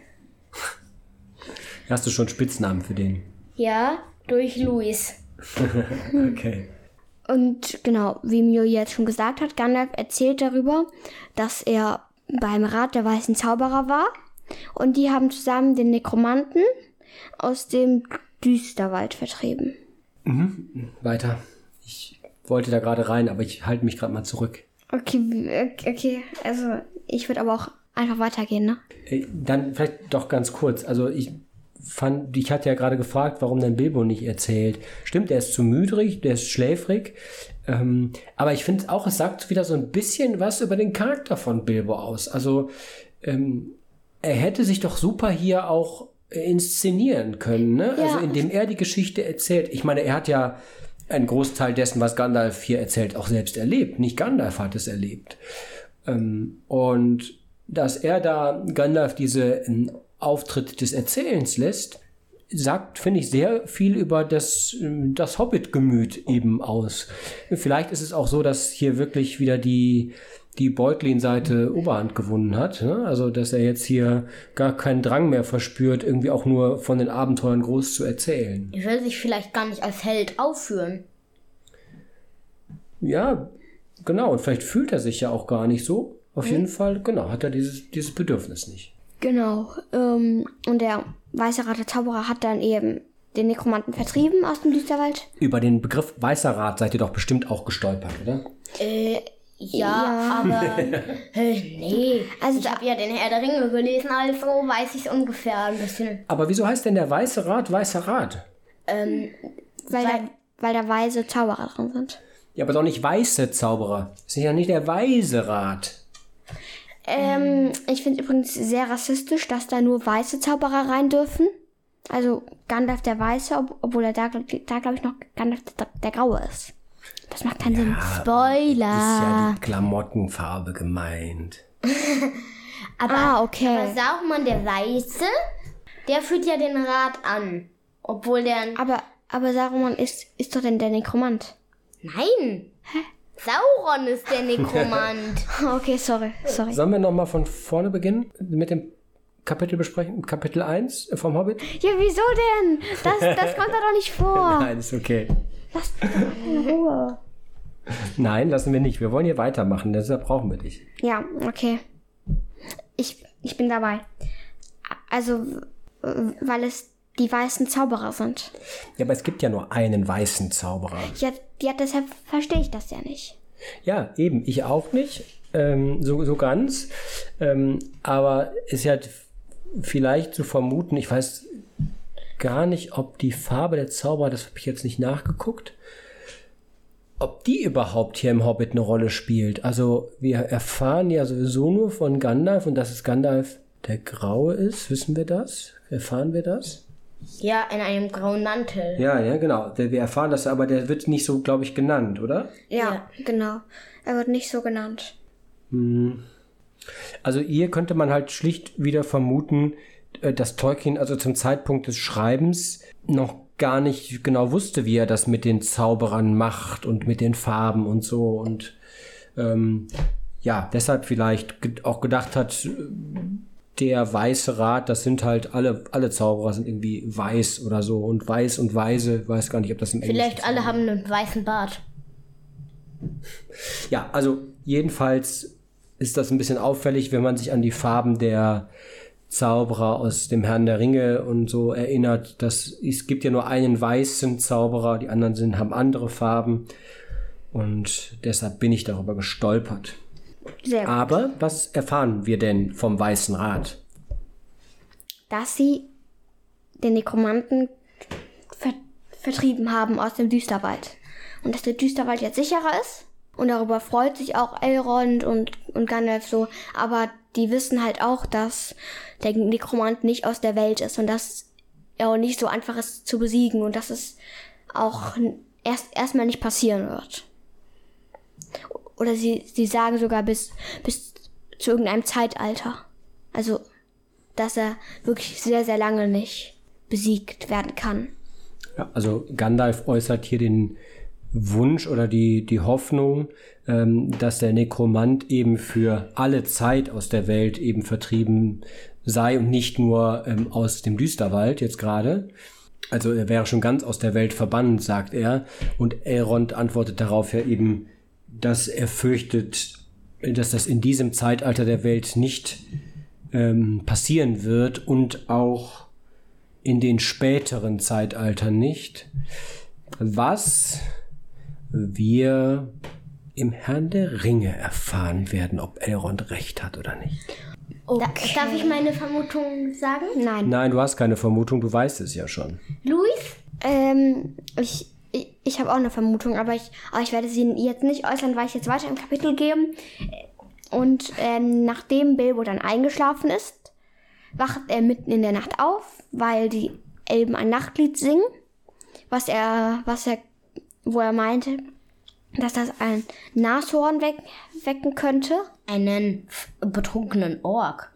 S2: Hast du schon Spitznamen für den?
S3: Ja, durch Luis.
S2: Okay.
S1: Und genau, wie Mio jetzt schon gesagt hat, Gandalf erzählt darüber, dass er beim Rat der Weißen Zauberer war. Und die haben zusammen den Nekromanten aus dem Düsterwald vertrieben.
S2: Mhm. Weiter. Ich wollte da gerade rein, aber ich halte mich gerade mal zurück.
S1: Okay, okay, also ich würde aber auch einfach weitergehen, ne?
S2: Dann vielleicht doch ganz kurz. Also ich fand, ich hatte ja gerade gefragt, warum denn Bilbo nicht erzählt. Stimmt, der ist zu müdrig, der ist schläfrig. Ähm, aber ich finde auch, es sagt wieder so ein bisschen was über den Charakter von Bilbo aus. Also ähm, er hätte sich doch super hier auch inszenieren können, ne?
S1: Ja.
S2: Also indem er die Geschichte erzählt. Ich meine, er hat ja einen Großteil dessen, was Gandalf hier erzählt, auch selbst erlebt. Nicht Gandalf hat es erlebt. Ähm, und dass er da Gandalf diese ähm, Auftritt des Erzählens lässt, sagt, finde ich, sehr viel über das, das Hobbit-Gemüt eben aus. Vielleicht ist es auch so, dass hier wirklich wieder die, die Beutlin-Seite Oberhand gewonnen hat. Ne? Also, dass er jetzt hier gar keinen Drang mehr verspürt, irgendwie auch nur von den Abenteuern groß zu erzählen.
S3: Er will sich vielleicht gar nicht als Held aufführen.
S2: Ja, genau. Und vielleicht fühlt er sich ja auch gar nicht so. auf jeden Fall, genau, hat er dieses, dieses Bedürfnis nicht.
S1: Genau. Ähm, und der Weiße Rat der Zauberer hat dann eben den Nekromanten vertrieben aus dem Düsterwald.
S2: Über den Begriff Weißer Rat seid ihr doch bestimmt auch gestolpert, oder?
S3: Äh, ja, aber äh, nee. Also ich habe ja den Herr der Ringe gelesen, also weiß ich es ungefähr ein bisschen.
S2: Aber wieso heißt denn der Weiße Rat Weißer Rat?
S3: Ähm,
S1: weil, da, weil da weise Zauberer drin sind.
S2: Ja, aber doch nicht weiße Zauberer. Das ist ja nicht der Weise Rat.
S1: Ähm, ich finde übrigens sehr rassistisch, dass da nur weiße Zauberer rein dürfen. Also Gandalf der Weiße, ob, obwohl er da, da glaube ich noch Gandalf der, der Graue ist. Das macht keinen Sinn.
S3: Spoiler.
S2: Ist ja die Klamottenfarbe gemeint.
S3: aber,
S1: ah, okay.
S3: Aber Sauron der Weiße, der führt ja den Rat an. Obwohl der...
S1: Aber, aber Saruman ist, ist doch denn der Nekromant.
S3: Nein. Hä? Sauron ist der Nekromant.
S1: Okay, sorry, sorry.
S2: Sollen wir nochmal von vorne beginnen mit dem Kapitel besprechen? Kapitel eins vom Hobbit?
S1: Ja, wieso denn? Das, das kommt da doch nicht vor.
S2: Nein, ist okay.
S1: Lass mich doch in Ruhe.
S2: Nein, lassen wir nicht. Wir wollen hier weitermachen, deshalb brauchen wir dich.
S1: Ja, okay. Ich, ich bin dabei. Also, weil es die weißen Zauberer sind.
S2: Ja, aber es gibt ja nur einen weißen Zauberer.
S1: Ja, ja deshalb verstehe ich das ja nicht.
S2: Ja, eben. Ich auch nicht. Ähm, so, so ganz. Ähm, aber ist ja vielleicht zu vermuten, ich weiß gar nicht, ob die Farbe der Zauberer, das habe ich jetzt nicht nachgeguckt, ob die überhaupt hier im Hobbit eine Rolle spielt. Also wir erfahren ja sowieso nur von Gandalf und dass es Gandalf der Graue ist. Wissen wir das? Erfahren wir das?
S3: Ja, in einem grauen Mantel.
S2: Ja, ja, genau. Wir erfahren das, aber der wird nicht so, glaube ich, genannt, oder?
S1: Ja,
S3: Ja.
S1: genau. Er wird nicht so genannt.
S2: Hm. Also hier könnte man halt schlicht wieder vermuten, äh, dass Tolkien also zum Zeitpunkt des Schreibens noch gar nicht genau wusste, wie er das mit den Zauberern macht und mit den Farben und so. Und ähm, ja, deshalb vielleicht ge- auch gedacht hat, äh, der Weiße Rat, das sind halt alle, alle Zauberer sind irgendwie weiß oder so. Und weiß und weise, weiß gar nicht, ob das im Englischen
S3: Vielleicht alle haben einen weißen Bart.
S2: Ja, also jedenfalls ist das ein bisschen auffällig, wenn man sich an die Farben der Zauberer aus dem Herrn der Ringe und so erinnert. Dass, es gibt ja nur einen weißen Zauberer, die anderen sind, haben andere Farben. Und deshalb bin ich darüber gestolpert.
S1: Sehr gut.
S2: Aber was erfahren wir denn vom Weißen Rat?
S1: Dass sie den Nekromanten ver- vertrieben haben aus dem Düsterwald. Und dass der Düsterwald jetzt sicherer ist. Und darüber freut sich auch Elrond und, und Gandalf so. Aber die wissen halt auch, dass der Nekromant nicht aus der Welt ist. Und dass er auch nicht so einfach ist zu besiegen. Und dass es auch erst erstmal nicht passieren wird. Oder sie, sie sagen sogar bis, bis zu irgendeinem Zeitalter. Also, dass er wirklich sehr, sehr lange nicht besiegt werden kann.
S2: Ja, also Gandalf äußert hier den Wunsch oder die, die Hoffnung, ähm, dass der Nekromant eben für alle Zeit aus der Welt eben vertrieben sei und nicht nur ähm, aus dem Düsterwald jetzt gerade. Also er wäre schon ganz aus der Welt verbannt, sagt er. Und Elrond antwortet darauf ja eben, dass er fürchtet, dass das in diesem Zeitalter der Welt nicht ähm, passieren wird und auch in den späteren Zeitaltern nicht. Was wir im Herrn der Ringe erfahren werden, ob Elrond recht hat oder nicht.
S3: Da, darf ich meine Vermutung sagen?
S1: Nein.
S2: Nein, du hast keine Vermutung, du weißt es ja schon.
S3: Luis?
S1: Ähm, ich, ich, ich habe auch eine Vermutung, aber ich, aber ich werde sie jetzt nicht äußern, weil ich jetzt weiter im Kapitel gehe. Und ähm, nachdem Bilbo dann eingeschlafen ist, wacht er mitten in der Nacht auf, weil die Elben ein Nachtlied singen, was er, was er, wo er meinte, dass das ein Nashorn weck, wecken könnte.
S3: Einen f- betrunkenen Ork.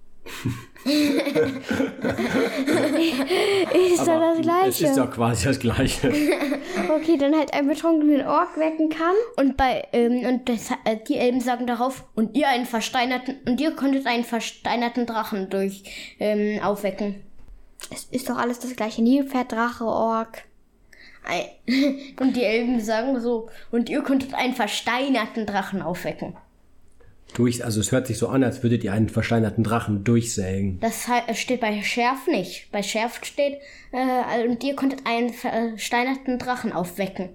S1: Ist doch das Gleiche.
S2: Es ist doch quasi das Gleiche.
S1: Okay, dann halt einen betrunkenen Ork wecken kann.
S3: Und bei ähm, und das, äh, die Elben sagen darauf, und ihr einen versteinerten und ihr konntet einen versteinerten Drachen durch ähm, aufwecken.
S1: Es ist doch alles das Gleiche. Nilpferd, Drache, Ork.
S3: Ei- Und die Elben sagen so, und ihr konntet einen versteinerten Drachen aufwecken.
S2: Durch, also es hört sich so an, als würdet ihr einen versteinerten Drachen durchsägen.
S3: Das steht bei Schärf nicht. Bei Schärf steht, äh, und ihr konntet einen versteinerten Drachen aufwecken.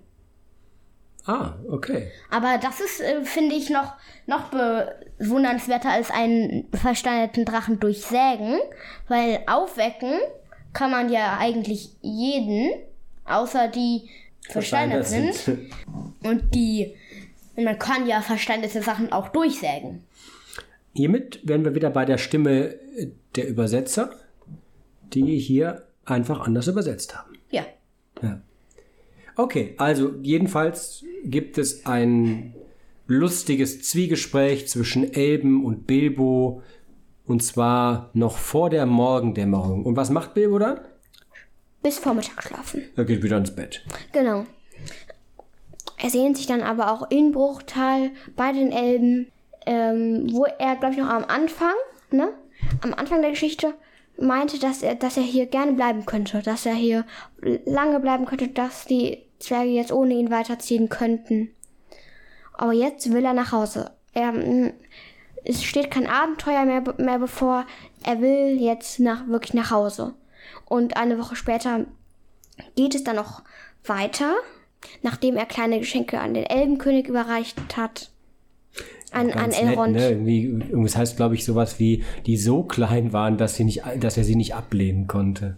S2: Ah, okay.
S3: Aber das ist, äh, finde ich, noch, noch bewundernswerter als einen versteinerten Drachen durchsägen, weil aufwecken kann man ja eigentlich jeden, außer die versteinert, versteinert sind. sind. Und die, man kann ja versteinerte Sachen auch durchsägen.
S2: Hiermit wären wir wieder bei der Stimme der Übersetzer, die hier einfach anders übersetzt haben.
S3: Ja.
S2: Ja. Okay, also jedenfalls gibt es ein lustiges Zwiegespräch zwischen Elben und Bilbo, und zwar noch vor der Morgendämmerung. Und was macht Bilbo dann?
S1: Bis Vormittag schlafen.
S2: Er geht wieder ins Bett.
S1: Genau. Er sehnt sich dann aber auch in Bruchtal bei den Elben, ähm, wo er, glaube ich, noch am Anfang, ne, am Anfang der Geschichte meinte, dass er, dass er hier gerne bleiben könnte, dass er hier lange bleiben könnte, dass die Zwerge jetzt ohne ihn weiterziehen könnten. Aber jetzt will er nach Hause. Er, es steht kein Abenteuer mehr, mehr bevor. Er will jetzt nach, wirklich nach Hause. Und eine Woche später geht es dann noch weiter, nachdem er kleine Geschenke an den Elbenkönig überreicht hat. An, an Elrond.
S2: Nett, ne? Wie, das heißt, glaube ich, sowas wie, die so klein waren, dass, sie nicht, dass er sie nicht ablehnen konnte.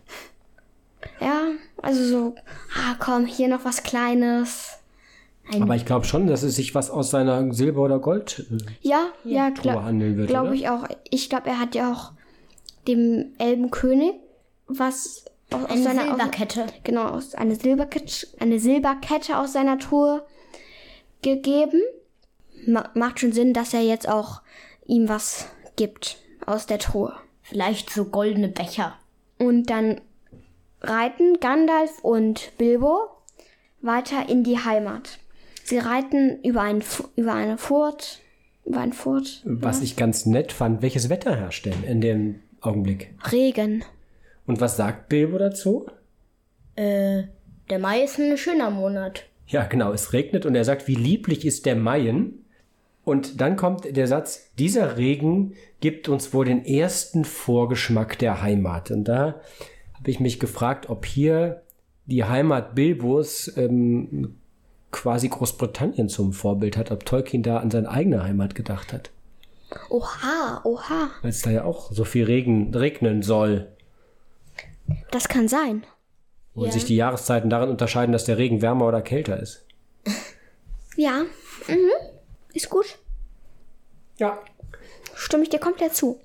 S1: Ja, also so, ah komm, hier noch was Kleines. Ein
S2: Aber ich glaube schon, dass es sich was aus seiner Silber- oder Gold äh,
S1: ja, ja,
S2: Truhe handeln wird.
S1: Glaube ich auch. Ich glaube, er hat ja auch dem Elbenkönig was aus, aus
S3: eine
S1: seiner
S3: Silberkette.
S1: Aus, genau, aus eine Silberkette, eine Silberkette aus seiner Truhe gegeben. Ma- macht schon Sinn, dass er jetzt auch ihm was gibt aus der Truhe.
S3: Vielleicht so goldene Becher.
S1: Und dann reiten Gandalf und Bilbo weiter in die Heimat. Sie reiten über, ein, über eine Furt, über ein Furt.
S2: Was ja. ich ganz nett fand, welches Wetter herrscht denn in dem Augenblick?
S1: Regen.
S2: Und was sagt Bilbo dazu?
S3: Äh, der Mai ist ein schöner Monat.
S2: Ja, genau, es regnet und er sagt, wie lieblich ist der Maien. Und dann kommt der Satz, dieser Regen gibt uns wohl den ersten Vorgeschmack der Heimat. Und da habe ich mich gefragt, ob hier die Heimat Bilbos ähm, quasi Großbritannien zum Vorbild hat, ob Tolkien da an seine eigene Heimat gedacht hat.
S1: Oha, oha.
S2: Weil es da ja auch so viel Regen, regnen soll.
S1: Das kann sein.
S2: Und
S3: ja.
S2: sich die Jahreszeiten darin unterscheiden, dass der Regen wärmer oder kälter ist.
S1: Ja, mhm. Ist gut.
S2: Ja.
S1: Stimme ich dir komplett zu.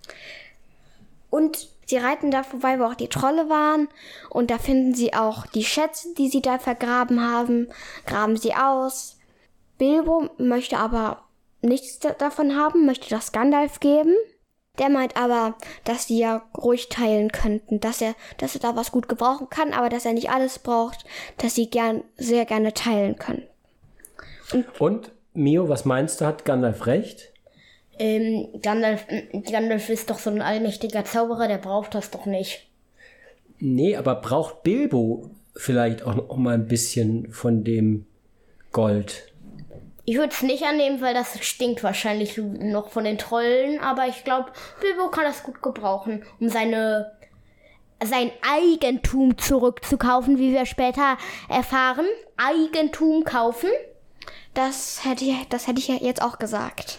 S1: Und sie reiten da vorbei, wo auch die Trolle waren. Und da finden sie auch die Schätze, die sie da vergraben haben. Graben sie aus. Bilbo möchte aber nichts da- davon haben, möchte das Gandalf geben. Der meint aber, dass sie ja ruhig teilen könnten, dass er, dass er da was gut gebrauchen kann, aber dass er nicht alles braucht, dass sie gern, sehr gerne teilen können.
S2: Und, Und Mio, was meinst du, hat Gandalf recht?
S3: Ähm, Gandalf, Gandalf ist doch so ein allmächtiger Zauberer, der braucht das doch nicht.
S2: Nee, aber braucht Bilbo vielleicht auch noch mal ein bisschen von dem Gold?
S3: Ich würde es nicht annehmen, weil das stinkt wahrscheinlich noch von den Trollen, aber ich glaube, Bilbo kann das gut gebrauchen, um seine sein Eigentum zurückzukaufen, wie wir später erfahren. Eigentum kaufen.
S1: Das hätte ich, das hätte ich ja jetzt auch gesagt.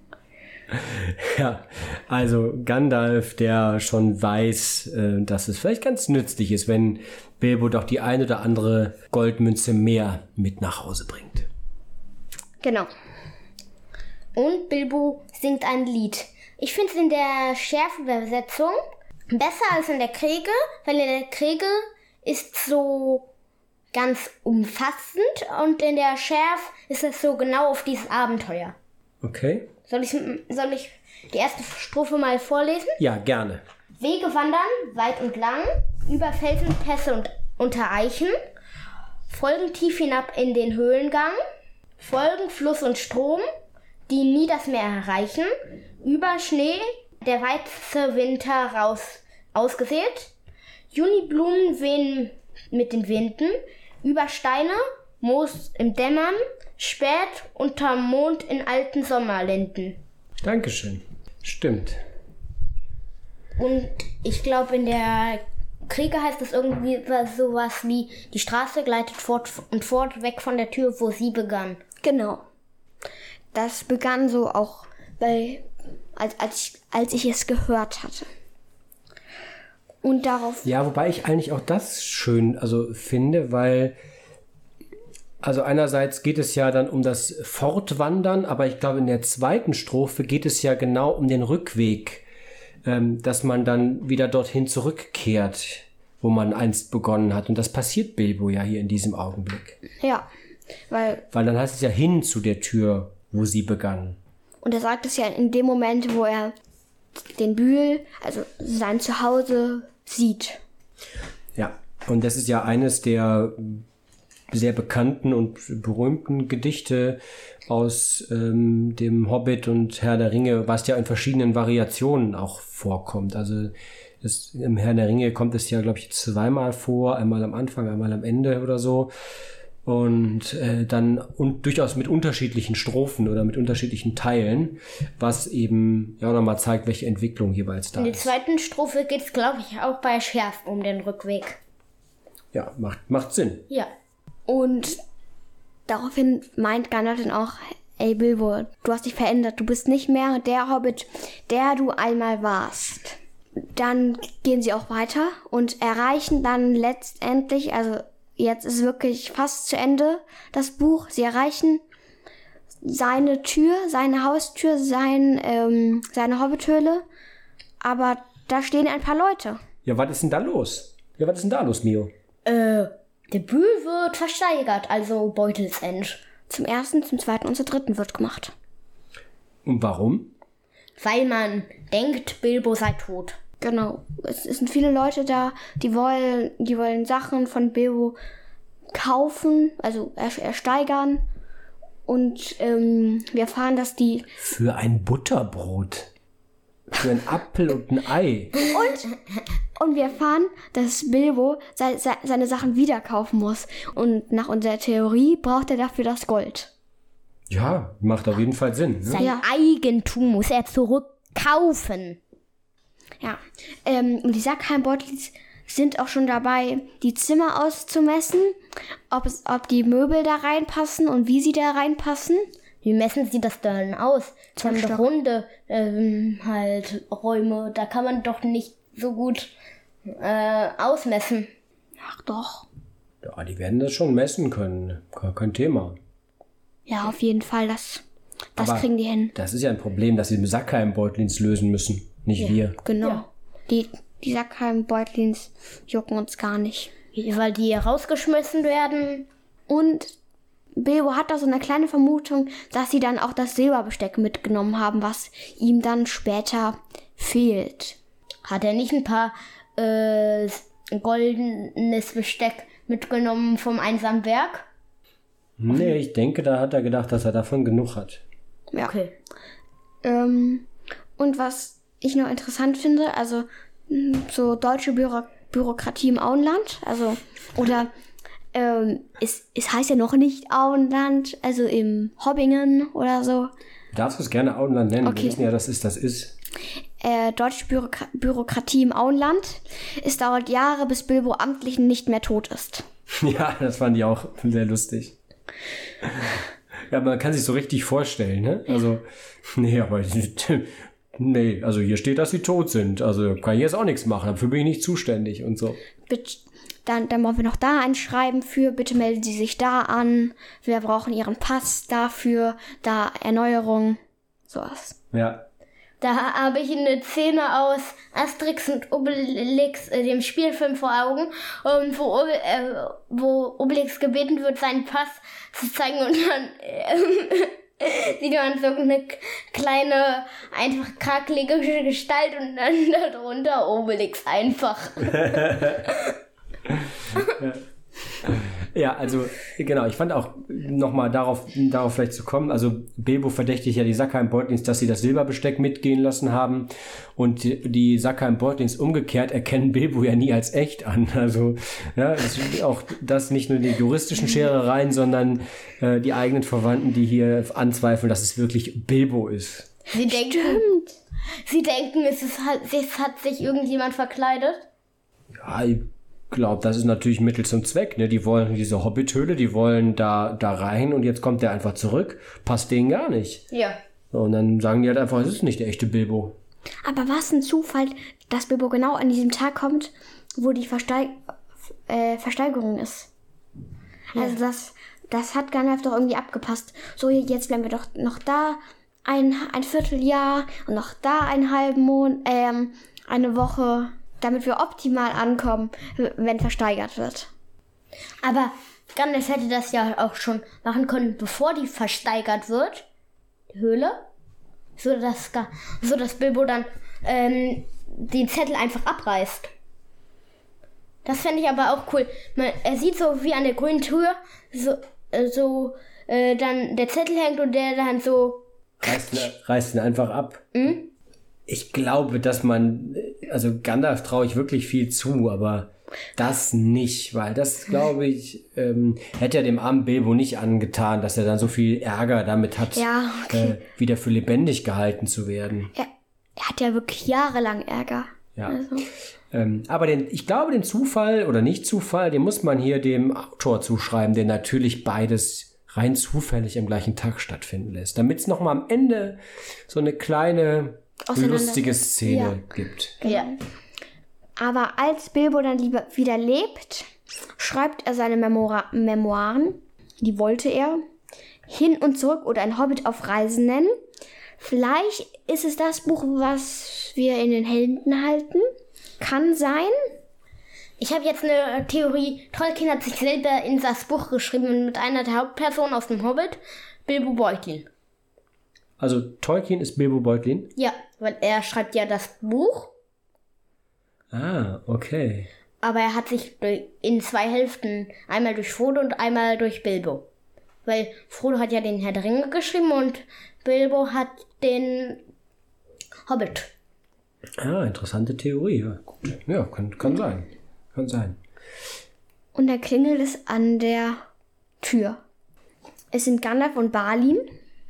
S2: Ja, also Gandalf, der schon weiß, äh, dass es vielleicht ganz nützlich ist, wenn Bilbo doch die ein oder andere Goldmünze mehr mit nach Hause bringt.
S1: Genau.
S3: Und Bilbo singt ein Lied. Ich finde es in der Schärf-Übersetzung besser als in der Kriege, weil in der Kriege ist so ganz umfassend und in der Schärf ist es so genau auf dieses Abenteuer.
S2: Okay.
S3: Soll ich, soll ich die erste Strophe mal vorlesen?
S2: Ja, gerne.
S3: Wege wandern, weit und lang, über Felsen, Pässe und unter Eichen, folgen tief hinab in den Höhlengang, folgen Fluss und Strom, die nie das Meer erreichen, über Schnee, der weiße Winter raus ausgesät, Juniblumen wehen mit den Winden, über Steine, Moos im Dämmern, spät unterm Mond in alten Sommerlinden.
S2: Dankeschön. Stimmt.
S3: Und ich glaube, in der Kriege heißt es irgendwie sowas wie, die Straße gleitet fort und fort weg von der Tür, wo sie begann.
S1: Genau. Das begann so auch, bei, als, als, ich, als ich es gehört hatte. Und darauf...
S2: Ja, wobei ich eigentlich auch das schön also finde, weil also einerseits geht es ja dann um das Fortwandern, aber ich glaube in der zweiten Strophe geht es ja genau um den Rückweg, ähm, dass man dann wieder dorthin zurückkehrt, wo man einst begonnen hat. Und das passiert Bilbo ja hier in diesem Augenblick.
S1: Ja, weil...
S2: Weil dann heißt es ja hin zu der Tür, wo sie begann.
S1: Und er sagt es ja in dem Moment, wo er den Bühl, also sein Zuhause, sieht.
S2: Ja, und das ist ja eines der sehr bekannten und berühmten Gedichte aus ähm, dem Hobbit und Herr der Ringe, was ja in verschiedenen Variationen auch vorkommt. Also es, im Herr der Ringe kommt es ja, glaube ich, zweimal vor, einmal am Anfang, einmal am Ende oder so. Und äh, dann und durchaus mit unterschiedlichen Strophen oder mit unterschiedlichen Teilen, was eben ja nochmal zeigt, welche Entwicklung jeweils da ist.
S3: In der zweiten Strophe geht es, glaube ich, auch bei Schärf um den Rückweg.
S2: Ja, macht, macht Sinn.
S3: Ja.
S1: Und daraufhin meint Gandalf dann auch, ey Bilbo, du hast dich verändert, du bist nicht mehr der Hobbit, der du einmal warst. Dann gehen sie auch weiter und erreichen dann letztendlich, also jetzt ist wirklich fast zu Ende das Buch. Sie erreichen seine Tür, seine Haustür, sein, ähm, seine Hobbithöhle. Aber da stehen ein paar Leute.
S2: Ja, was ist denn da los? Ja, was ist denn da los, Mio?
S3: Äh, der Bühl wird versteigert, also Beutelsend.
S1: Zum ersten, zum zweiten und zum dritten wird gemacht.
S2: Und warum?
S3: Weil man denkt, Bilbo sei tot.
S1: Genau. Es, es sind viele Leute da, die wollen, die wollen Sachen von Bilbo kaufen, also er, ersteigern. Und ähm, wir erfahren, dass die...
S2: Für ein Butterbrot. Für ein Apfel und ein Ei.
S1: Und, und wir erfahren, dass Bilbo se, se, seine Sachen wieder kaufen muss. Und nach unserer Theorie braucht er dafür das Gold.
S2: Ja, macht auf jeden Fall Sinn. Ne?
S3: Sein
S1: Ja.
S3: Eigentum muss er zurückkaufen.
S1: Ja, ähm, und die Sackheim-Beutels sind auch schon dabei, die Zimmer auszumessen, ob, es, ob die Möbel da reinpassen und wie sie da reinpassen.
S3: Wie messen sie das dann aus? Sie haben
S1: Stock.
S3: doch runde ähm, halt Räume. Da kann man doch nicht so gut äh, ausmessen.
S1: Ach doch.
S2: Ja, die werden das schon messen können. Kein, kein Thema.
S1: Ja, auf jeden Fall, das, das
S2: Aber
S1: kriegen die hin.
S2: Das ist ja ein Problem, dass sie im Sackheim-Beutlins lösen müssen. Nicht wir.
S1: Genau.
S3: Ja.
S1: Die, die Sackheim-Beutlins jucken uns gar nicht.
S3: Weil die rausgeschmissen werden.
S1: Und Bilbo hat da so eine kleine Vermutung, dass sie dann auch das Silberbesteck mitgenommen haben, was ihm dann später fehlt.
S3: Hat er nicht ein paar äh, goldenes Besteck mitgenommen vom einsamen Berg?
S2: Nee, ich denke, da hat er gedacht, dass er davon genug hat.
S1: Ja.
S3: Okay.
S1: Ähm, und was ich noch interessant finde, also mh, so deutsche Büro- Bürokratie im Auenland, also oder ähm, es, es heißt ja noch nicht Auenland, also im Hobbingen oder so.
S2: Du darfst es gerne Auenland nennen.
S1: Okay.
S2: Wir wissen ja, dass es das ist.
S1: Äh, deutsche Bürokra- Bürokratie im Auenland. Es dauert Jahre, bis Bilbo amtlich nicht mehr tot ist.
S2: Ja, das fand ich auch sehr lustig. Ja, man kann sich so richtig vorstellen, ne? Also, nee, aber nee, also hier steht, dass sie tot sind. Also kann ich jetzt auch nichts machen. Dafür bin ich nicht zuständig und so.
S1: Bitte, dann, dann wollen wir noch da ein Schreiben für. Bitte melden Sie sich da an. Wir brauchen Ihren Pass dafür. Da Erneuerung. Sowas.
S2: Ja.
S3: Da habe ich eine Szene aus Asterix und Obelix, äh, dem Spielfilm, vor Augen, ähm, wo, Obel, äh, wo Obelix gebeten wird, seinen Pass zu zeigen und dann äh, sieht man so eine kleine, einfach krakelige Gestalt und dann darunter Obelix einfach.
S2: Ja, also genau, ich fand auch nochmal darauf, darauf vielleicht zu kommen, also Bilbo verdächtigt ja die Sackheim-Beutlings, dass sie das Silberbesteck mitgehen lassen haben und die, die Sackheim-Beutlings umgekehrt erkennen Bilbo ja nie als echt an. Also ja, es ist auch das nicht nur die juristischen Scherereien, sondern äh, die eigenen Verwandten, die hier anzweifeln, dass es wirklich Bilbo ist.
S3: Sie denken,
S1: Stimmt.
S3: Sie denken, es, ist halt, es hat sich irgendjemand verkleidet?
S2: Ja, ich glaube, das ist natürlich Mittel zum Zweck. Ne? Die wollen diese Hobbithöhle, die wollen da, da rein und jetzt kommt der einfach zurück. Passt denen gar nicht.
S3: Ja.
S2: Und dann sagen die halt einfach, es ist nicht der echte Bilbo.
S1: Aber was ein Zufall, dass Bilbo genau an diesem Tag kommt, wo die Versteig äh, Versteigerung ist. Ja. Also das, das hat Gandalf doch irgendwie abgepasst. So, jetzt bleiben wir doch noch da ein, ein Vierteljahr und noch da einen halben Monat, ähm, eine Woche, damit wir optimal ankommen, wenn versteigert wird.
S3: Aber Gandalf hätte das ja auch schon machen können, bevor die versteigert wird, die Höhle, so dass, so dass Bilbo dann ähm, den Zettel einfach abreißt. Das fände ich aber auch cool. Man, er sieht so wie an der grünen Tür, so, äh, so äh, dann der Zettel hängt und der dann so
S2: Reißt ihn, reißt ihn einfach ab.
S3: Mhm.
S2: Ich glaube, dass man, also Gandalf traue ich wirklich viel zu, aber das nicht, weil das, glaube ich, ähm, hätte er dem armen Bilbo nicht angetan, dass er dann so viel Ärger damit hat,
S1: Ja, okay.
S2: äh, wieder für lebendig gehalten zu werden.
S1: Er, er hat ja wirklich jahrelang Ärger.
S2: Ja.
S1: Also.
S2: Ähm, aber den, ich glaube, den Zufall oder Nicht-Zufall, den muss man hier dem Autor zuschreiben, der natürlich beides rein zufällig am gleichen Tag stattfinden lässt, damit es nochmal am Ende so eine kleine lustige Szene
S1: ja.
S2: gibt.
S3: Ja.
S1: Aber als Bilbo dann lieber wieder lebt, schreibt er seine Memora- Memoiren, die wollte er, Hin und Zurück oder ein Hobbit auf Reisen nennen. Vielleicht ist es das Buch, was wir in den Händen halten. Kann sein.
S3: Ich habe jetzt eine Theorie. Tolkien hat sich selber in das Buch geschrieben mit einer der Hauptpersonen aus dem Hobbit, Bilbo Beutlin.
S2: Also Tolkien ist Bilbo Beutlin?
S3: Ja, weil er schreibt ja das Buch.
S2: Ah, okay.
S3: Aber er hat sich in zwei Hälften, einmal durch Frodo und einmal durch Bilbo. Weil Frodo hat ja den Herr der Ringe geschrieben und Bilbo hat den Hobbit.
S2: Ah, interessante Theorie. Ja, ja kann, kann sein. Kann sein.
S1: Und da klingelt es an der Tür. Es sind Gandalf und Balin.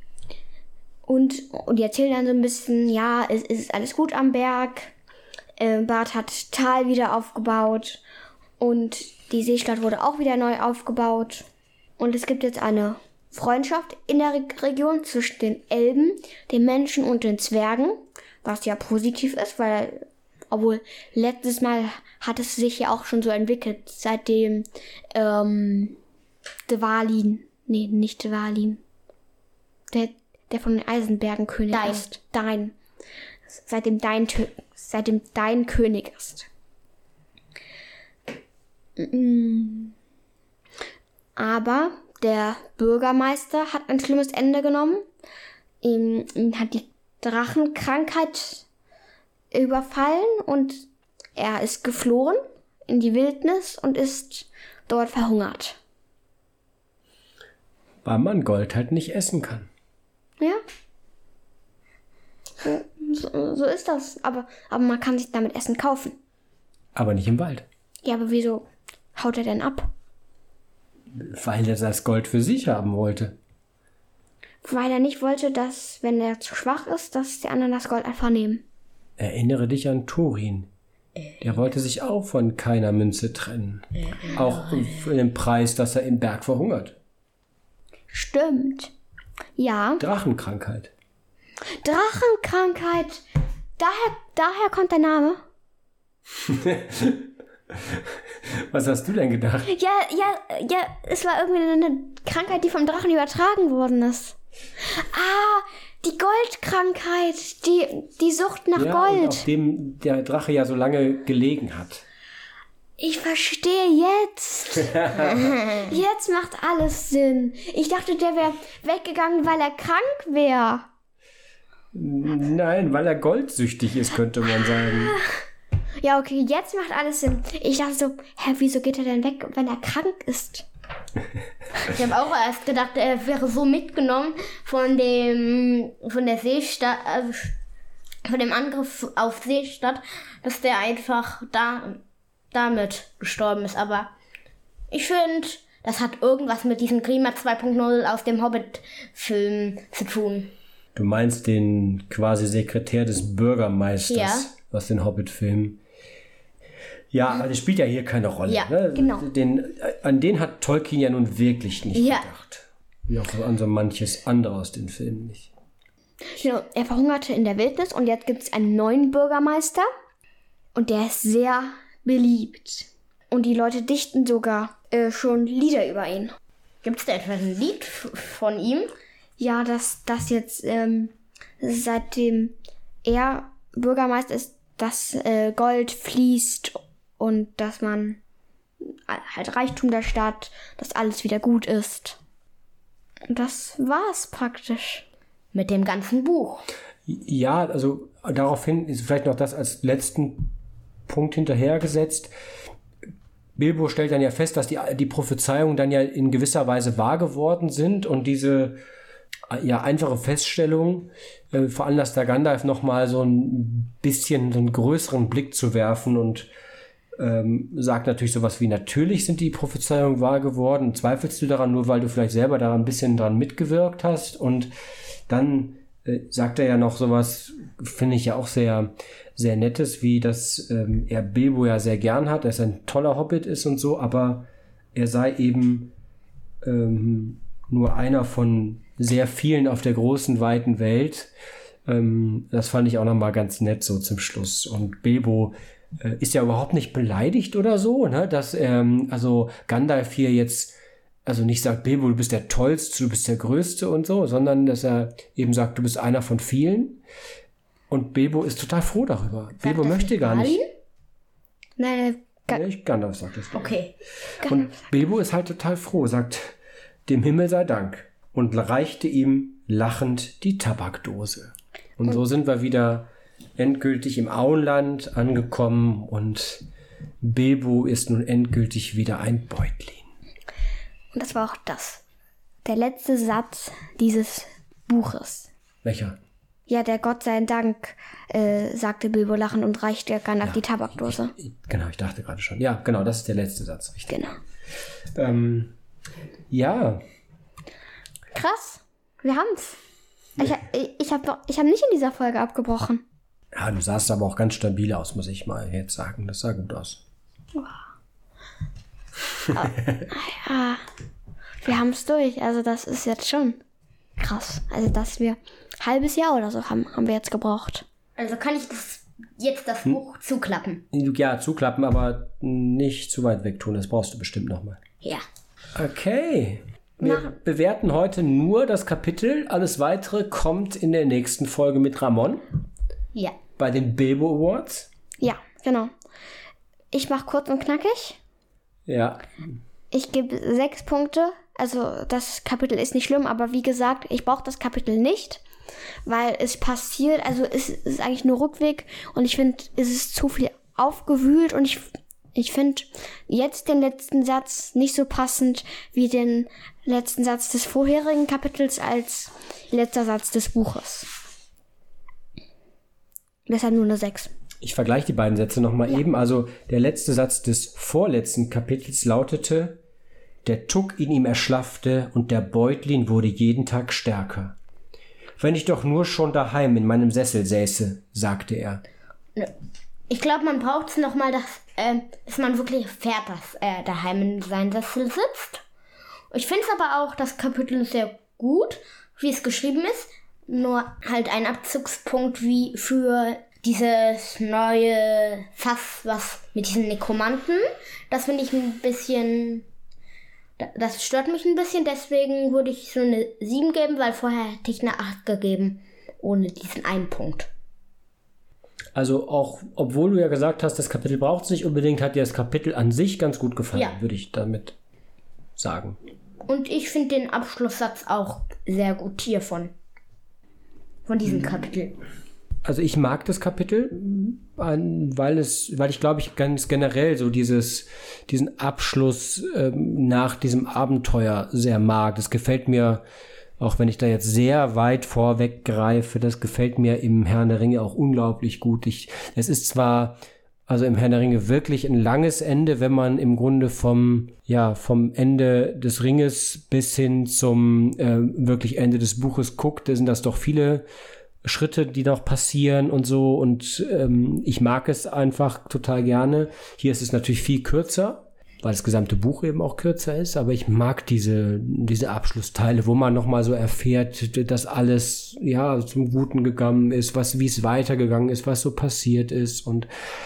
S1: Und, und die erzählen dann so ein bisschen, ja, es, es ist alles gut am Berg. Äh, Bart hat Tal wieder aufgebaut. Und die Seestadt wurde auch wieder neu aufgebaut. Und es gibt jetzt eine Freundschaft in der Re- Region zwischen den Elben, den Menschen und den Zwergen. Was ja positiv ist, weil, obwohl letztes Mal hat es sich ja auch schon so entwickelt, seitdem ähm, Dvalin, nee, nicht Dvalin, der, der von den Eisenbergen König
S3: Dain.
S1: ist. Dain. Seitdem Dain, Tö- seitdem Dain König ist. Aber der Bürgermeister hat ein schlimmes Ende genommen. Ihm, ihm hat die Drachenkrankheit überfallen und er ist geflohen in die Wildnis und ist dort verhungert.
S2: Weil man Gold halt nicht essen kann.
S1: Ja. So, so, so ist das. Aber, aber man kann sich damit Essen kaufen.
S2: Aber nicht im Wald.
S1: Ja, aber wieso haut er denn ab?
S2: Weil er das Gold für sich haben wollte.
S1: Weil er nicht wollte, dass, wenn er zu schwach ist, dass die anderen das Gold einfach nehmen.
S2: Erinnere dich an Thorin. Der wollte sich auch von keiner Münze trennen. Auch für den Preis, dass er im Berg verhungert.
S1: Stimmt. Ja.
S2: Drachenkrankheit.
S1: Drachenkrankheit. Daher, daher kommt der Name.
S2: Was hast du denn gedacht?
S1: Ja, ja, ja, es war irgendwie eine Krankheit, die vom Drachen übertragen worden ist. Ah, die Goldkrankheit, die, die Sucht nach
S2: ja,
S1: Gold.
S2: Und auf dem der Drache ja so lange gelegen hat.
S1: Ich verstehe jetzt. Jetzt macht alles Sinn. Ich dachte, der wäre weggegangen, weil er krank wäre.
S2: Nein, weil er goldsüchtig ist, könnte man sagen.
S1: Ja, okay, jetzt macht alles Sinn. Ich dachte so, hä, wieso geht er denn weg, wenn er krank ist?
S3: Ich habe auch erst gedacht, er wäre so mitgenommen von dem, von der Seestadt, also von dem Angriff auf Seestadt, dass der einfach da, damit gestorben ist. Aber ich finde, das hat irgendwas mit diesem Grima zwei Punkt null aus dem Hobbit-Film zu tun.
S2: Du meinst den quasi Sekretär des Bürgermeisters
S3: Ja.
S2: aus den Hobbit-Filmen. Ja, aber das spielt ja hier keine Rolle.
S3: Ja,
S2: ne?
S1: genau.
S2: Den, an den hat Tolkien ja nun wirklich nicht
S3: Ja.
S2: gedacht. Wie auch an so manches andere aus den Filmen nicht.
S1: Genau, er verhungerte in der Wildnis und jetzt gibt es einen neuen Bürgermeister und der ist sehr beliebt. Und die Leute dichten sogar äh, schon Lieder über ihn.
S3: Gibt es da etwa ein Lied f- von ihm?
S1: Ja, dass das jetzt ähm, seitdem er Bürgermeister ist, dass äh, Gold fließt und dass man halt Reichtum der Stadt, dass alles wieder gut ist. Und das war's praktisch.
S3: Mit dem ganzen Buch.
S2: Ja, also daraufhin ist vielleicht noch das als letzten Punkt hinterhergesetzt. Bilbo stellt dann ja fest, dass die, die Prophezeiungen dann ja in gewisser Weise wahr geworden sind und diese ja, einfache Feststellung äh, veranlasst der Gandalf nochmal so ein bisschen so einen größeren Blick zu werfen und ähm, sagt natürlich sowas wie, natürlich sind die Prophezeiungen wahr geworden. Zweifelst du daran nur, weil du vielleicht selber da ein bisschen dran mitgewirkt hast? Und dann äh, sagt er ja noch sowas, finde ich ja auch sehr, sehr Nettes, wie dass ähm, er Bilbo ja sehr gern hat, dass er ein toller Hobbit ist und so, aber er sei eben ähm, nur einer von sehr vielen auf der großen, weiten Welt. Ähm, das fand ich auch nochmal ganz nett so zum Schluss. Und Bilbo äh, ist ja überhaupt nicht beleidigt oder so, ne? Dass ähm, also Gandalf hier jetzt also nicht sagt, Bilbo, du bist der Tollste, du bist der Größte und so, sondern dass er eben sagt, du bist einer von vielen. Und Bilbo ist total froh darüber.
S3: Sagt
S2: Bilbo
S3: das
S2: möchte
S3: nicht
S2: gar nicht.
S1: Nein, nein, Ga-
S2: Nee, Gandalf sagt das.
S3: Okay.
S2: Und Bilbo ist halt total froh, sagt, dem Himmel sei Dank. Und reichte ihm lachend die Tabakdose. Und so sind wir wieder endgültig im Auenland angekommen und Bilbo ist nun endgültig wieder ein Beutlin.
S1: und das war auch das. Der letzte Satz dieses Buches.
S2: Welcher?
S1: Ja, der Gott sei Dank, äh, sagte Bilbo lachend und reichte Gandalf die Tabakdose.
S2: Ich, genau, ich dachte gerade schon. Ja, genau, das ist der letzte Satz. Richtig.
S1: Genau.
S2: Ähm, ja,
S1: Krass, wir haben's. Ich, ha- ich, ich habe ich hab nicht in dieser Folge abgebrochen.
S2: ja, du sahst aber auch ganz stabil aus, muss ich mal jetzt sagen. Das sah gut aus.
S1: Ja, wir haben's durch. Also das ist jetzt schon krass. Also dass wir ein halbes Jahr oder so haben, haben wir jetzt gebraucht.
S3: Also kann ich das jetzt das Buch zuklappen?
S2: Ja, zuklappen, aber nicht zu weit weg tun. Das brauchst du bestimmt nochmal.
S3: Ja.
S2: Okay. Wir
S1: Machen.
S2: bewerten heute nur das Kapitel. Alles Weitere kommt in der nächsten Folge mit Ramon
S3: Ja.
S2: bei den Bilbo Awards.
S1: Ja, genau. Ich mache kurz und knackig.
S2: Ja,
S1: Ich gebe sechs Punkte. Also das Kapitel ist nicht schlimm, aber wie gesagt, ich brauche das Kapitel nicht, weil es passiert, also es ist eigentlich nur Rückweg und ich finde, es ist zu viel aufgewühlt und ich, ich finde jetzt den letzten Satz nicht so passend wie den letzten Satz des vorherigen Kapitels als letzter Satz des Buches. Deshalb nur eine sechs.
S2: ich vergleiche die beiden Sätze nochmal eben. Also der letzte Satz des vorletzten Kapitels lautete, der Tuck in ihm erschlaffte und der Beutlin wurde jeden Tag stärker. Wenn ich doch nur schon daheim in meinem Sessel säße, sagte er.
S3: Ich glaube, man braucht es nochmal, dass, äh, dass man wirklich erfährt, dass er daheim in seinem Sessel sitzt. Ich finde es aber auch, das Kapitel ist sehr gut, wie es geschrieben ist. Nur halt ein Abzugspunkt wie für dieses neue Fass, was mit diesen Nekromanten. Das finde ich ein bisschen... Das stört mich ein bisschen, deswegen würde ich so eine sieben geben, weil vorher hätte ich eine acht gegeben, ohne diesen einen Punkt.
S2: Also auch, obwohl du ja gesagt hast, das Kapitel braucht es nicht unbedingt, hat dir das Kapitel an sich ganz gut gefallen,
S3: Ja.
S2: würde ich damit sagen.
S3: Und ich finde den Abschlusssatz auch sehr gut hiervon. Von diesem Kapitel.
S2: Also ich mag das Kapitel, weil es, weil ich glaube ich ganz generell so dieses, diesen Abschluss ähm, nach diesem Abenteuer sehr mag. Das gefällt mir, auch wenn ich da jetzt sehr weit vorweggreife, das gefällt mir im Herrn der Ringe auch unglaublich gut. Ich, es ist zwar, also im Herrn der Ringe wirklich ein langes Ende, wenn man im Grunde vom, ja, vom Ende des Ringes bis hin zum äh, wirklich Ende des Buches guckt, da sind das doch viele Schritte, die noch passieren und so, und ähm, ich mag es einfach total gerne. Hier ist es natürlich viel kürzer, weil das gesamte Buch eben auch kürzer ist, aber ich mag diese, diese Abschlussteile, wo man nochmal so erfährt, dass alles, ja, zum Guten gegangen ist, was, wie es weitergegangen ist, was so passiert ist, und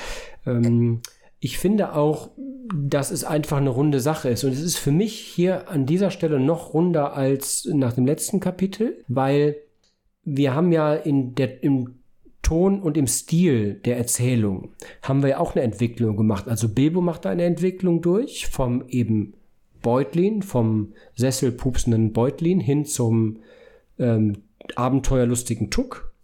S2: ähm, ich finde auch, dass es einfach eine runde Sache ist, und es ist für mich hier an dieser Stelle noch runder als nach dem letzten Kapitel, weil wir haben ja in der, im Ton und im Stil der Erzählung haben wir ja auch eine Entwicklung gemacht. Also Bilbo macht da eine Entwicklung durch, vom eben Beutlin, vom sesselpupsenden Beutlin hin zum ähm, abenteuerlustigen Tuck.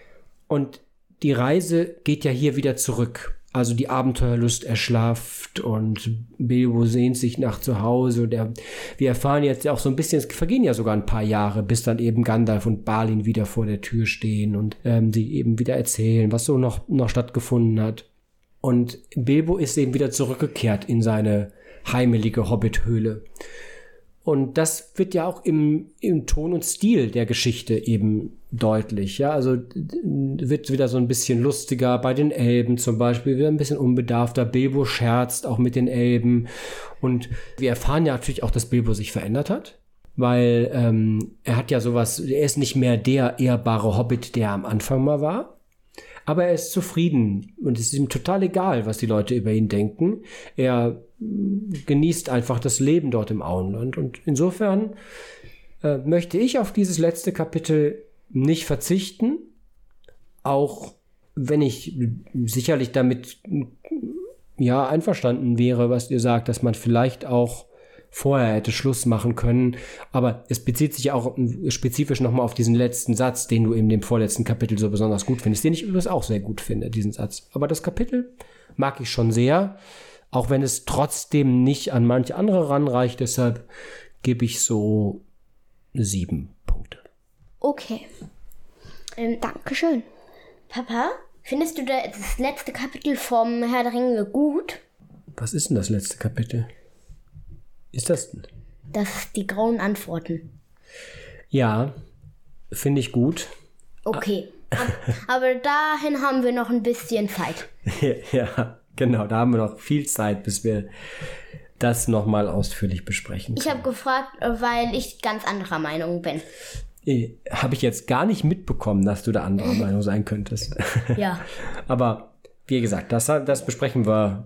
S2: Und die Reise geht ja hier wieder zurück. Also die Abenteuerlust erschlafft und Bilbo sehnt sich nach zu Hause. Und er, wir erfahren jetzt auch so ein bisschen, es vergehen ja sogar ein paar Jahre, bis dann eben Gandalf und Balin wieder vor der Tür stehen und ähm, die eben wieder erzählen, was so noch, noch stattgefunden hat. Und Bilbo ist eben wieder zurückgekehrt in seine heimelige Hobbithöhle. Und das wird ja auch im, im Ton und Stil der Geschichte eben deutlich. Ja, also wird wieder so ein bisschen lustiger bei den Elben zum Beispiel, wieder ein bisschen unbedarfter. Bilbo scherzt auch mit den Elben. Und wir erfahren ja natürlich auch, dass Bilbo sich verändert hat, weil ähm, er hat ja sowas, er ist nicht mehr der ehrbare Hobbit, der am Anfang mal war. Aber er ist zufrieden und es ist ihm total egal, was die Leute über ihn denken. Er genießt einfach das Leben dort im Auenland. Und insofern äh, möchte ich auf dieses letzte Kapitel nicht verzichten, auch wenn ich sicherlich damit ja einverstanden wäre, was ihr sagt, dass man vielleicht auch vorher hätte Schluss machen können, aber es bezieht sich auch spezifisch nochmal auf diesen letzten Satz, den du in dem vorletzten Kapitel so besonders gut findest, den ich übrigens auch sehr gut finde, diesen Satz. Aber das Kapitel mag ich schon sehr, auch wenn es trotzdem nicht an manche andere ranreicht, deshalb gebe ich so sieben Punkte.
S1: Okay. Ähm, Dankeschön.
S3: Papa, findest du das letzte Kapitel vom Herr der Ringe gut?
S2: Was ist denn das letzte Kapitel? Ist das denn?
S3: Das ist die grauen Antworten.
S2: Ja, finde ich gut.
S3: Okay, aber dahin haben wir noch ein bisschen Zeit.
S2: Ja, genau, da haben wir noch viel Zeit, bis wir das nochmal ausführlich besprechen können.
S3: Ich habe gefragt, weil ich ganz anderer Meinung bin.
S2: Habe ich jetzt gar nicht mitbekommen, dass du da anderer Meinung sein könntest.
S3: Ja.
S2: Aber wie gesagt, das, das besprechen wir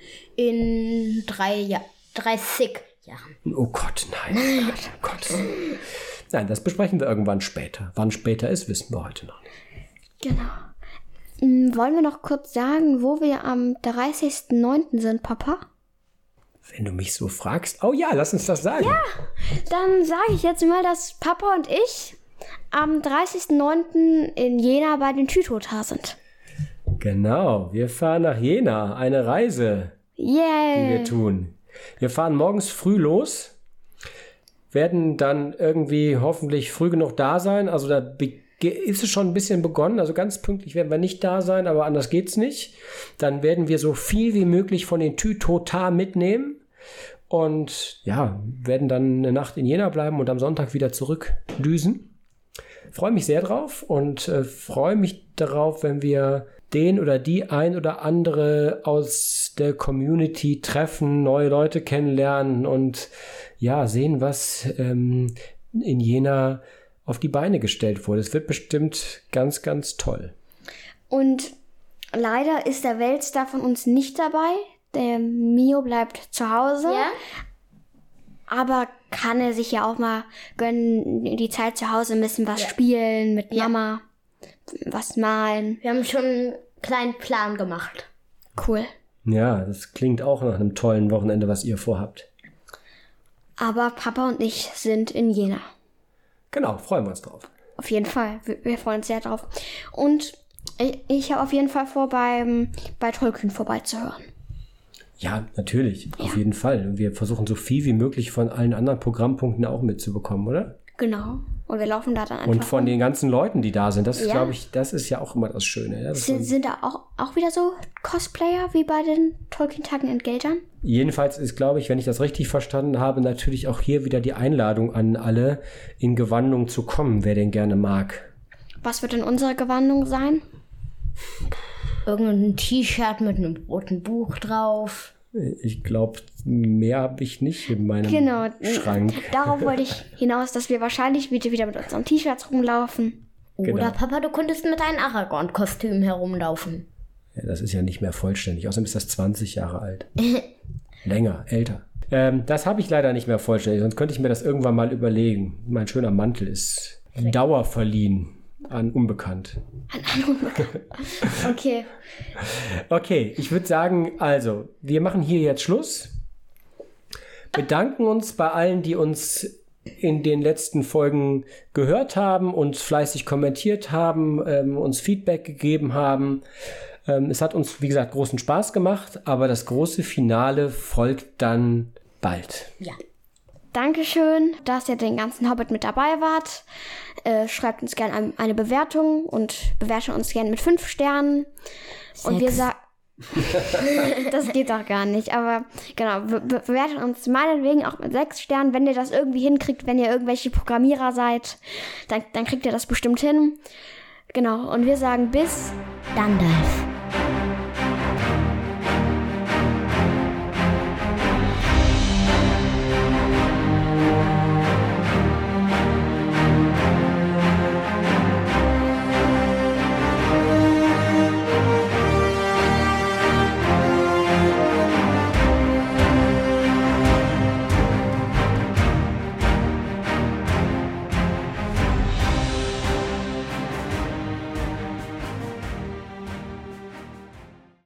S3: in drei Jahren. dreißig Jahren.
S2: Oh Gott, nein. Oh Gott, oh Gott. Nein, das besprechen wir irgendwann später. Wann später ist, wissen wir heute noch nicht.
S1: Genau. Hm, wollen wir noch kurz sagen, wo wir am dreißigsten neunten sind, Papa?
S2: Wenn du mich so fragst. Oh ja, lass uns das sagen.
S1: Ja, dann sage ich jetzt mal, dass Papa und ich am dreißigsten neunten in Jena bei den Tütotar sind.
S2: Genau, wir fahren nach Jena. Eine Reise,
S1: Yay.
S2: die wir tun. Wir fahren morgens früh los, werden dann irgendwie hoffentlich früh genug da sein. Also da be- ist es schon ein bisschen begonnen. Also ganz pünktlich werden wir nicht da sein, aber anders geht's nicht. Dann werden wir so viel wie möglich von den Tütotar mitnehmen und ja, werden dann eine Nacht in Jena bleiben und am Sonntag wieder zurückdüsen. Freue mich sehr drauf und äh, freue mich darauf, wenn wir den oder die ein oder andere aus der Community treffen, neue Leute kennenlernen und ja, sehen, was ähm, in Jena auf die Beine gestellt wurde. Es wird bestimmt ganz, ganz toll.
S1: Und leider ist der Weltstar von uns nicht dabei. Der Mio bleibt zu Hause.
S3: Ja?
S1: Aber kann er sich ja auch mal gönnen, die Zeit zu Hause ein bisschen was
S3: Ja.
S1: spielen mit
S3: Ja.
S1: Mama, was malen.
S3: Wir haben schon einen kleinen Plan gemacht.
S1: Cool.
S2: Ja, das klingt auch nach einem tollen Wochenende, was ihr vorhabt.
S1: Aber Papa und ich sind in Jena.
S2: Genau, freuen wir uns drauf.
S1: Auf jeden Fall. Wir, wir freuen uns sehr drauf. Und Ich, ich habe auf jeden Fall vor, beim, bei Tolkien vorbeizuhören.
S2: Ja, natürlich, ja. Auf jeden Fall. Und wir versuchen so viel wie möglich von allen anderen Programmpunkten auch mitzubekommen, oder?
S1: Genau. Und wir laufen da dann einfach.
S2: Und von
S1: rum.
S2: den ganzen Leuten, die da sind. Das,
S1: ja.
S2: glaube ich, das ist ja auch immer das Schöne. Ja? Das
S1: sind, sind da auch, auch wieder so Cosplayer wie bei den Tolkien-Tagen in Geldern?
S2: Jedenfalls ist, glaube ich, wenn ich das richtig verstanden habe, natürlich auch hier wieder die Einladung an alle, in Gewandung zu kommen, wer denn gerne mag.
S1: Was wird denn unsere Gewandung sein?
S3: Irgendein T-Shirt mit einem roten Buch drauf.
S2: Ich glaube, mehr habe ich nicht in meinem
S1: genau.
S2: Schrank.
S1: Darauf wollte ich hinaus, dass wir wahrscheinlich wieder, wieder mit unseren T-Shirts rumlaufen.
S3: Oder
S2: Genau.
S3: Papa, du könntest mit einem Aragorn-Kostüm herumlaufen.
S2: Ja, das ist ja nicht mehr vollständig. Außerdem ist das zwanzig Jahre alt. Länger, älter. Ähm, das habe ich leider nicht mehr vollständig. Sonst könnte ich mir das irgendwann mal überlegen. Mein schöner Mantel ist dauerverliehen an Unbekannt.
S1: An Unbekannt. Okay.
S2: Okay, ich würde sagen, also, wir machen hier jetzt Schluss. Bedanken uns bei allen, die uns in den letzten Folgen gehört haben, uns fleißig kommentiert haben, ähm, uns Feedback gegeben haben. Ähm, es hat uns, wie gesagt, großen Spaß gemacht, aber das große Finale folgt dann bald.
S3: Ja.
S1: Dankeschön, dass ihr den ganzen Hobbit mit dabei wart. Äh, schreibt uns gerne eine Bewertung und bewertet uns gerne mit fünf Sternen.
S3: Sechs.
S1: Und wir sagen... Das geht doch gar nicht, aber genau, be- bewertet uns meinetwegen auch mit sechs Sternen, wenn ihr das irgendwie hinkriegt, wenn ihr irgendwelche Programmierer seid, dann, dann kriegt ihr das bestimmt hin. Genau, und wir sagen bis
S3: Gandalf.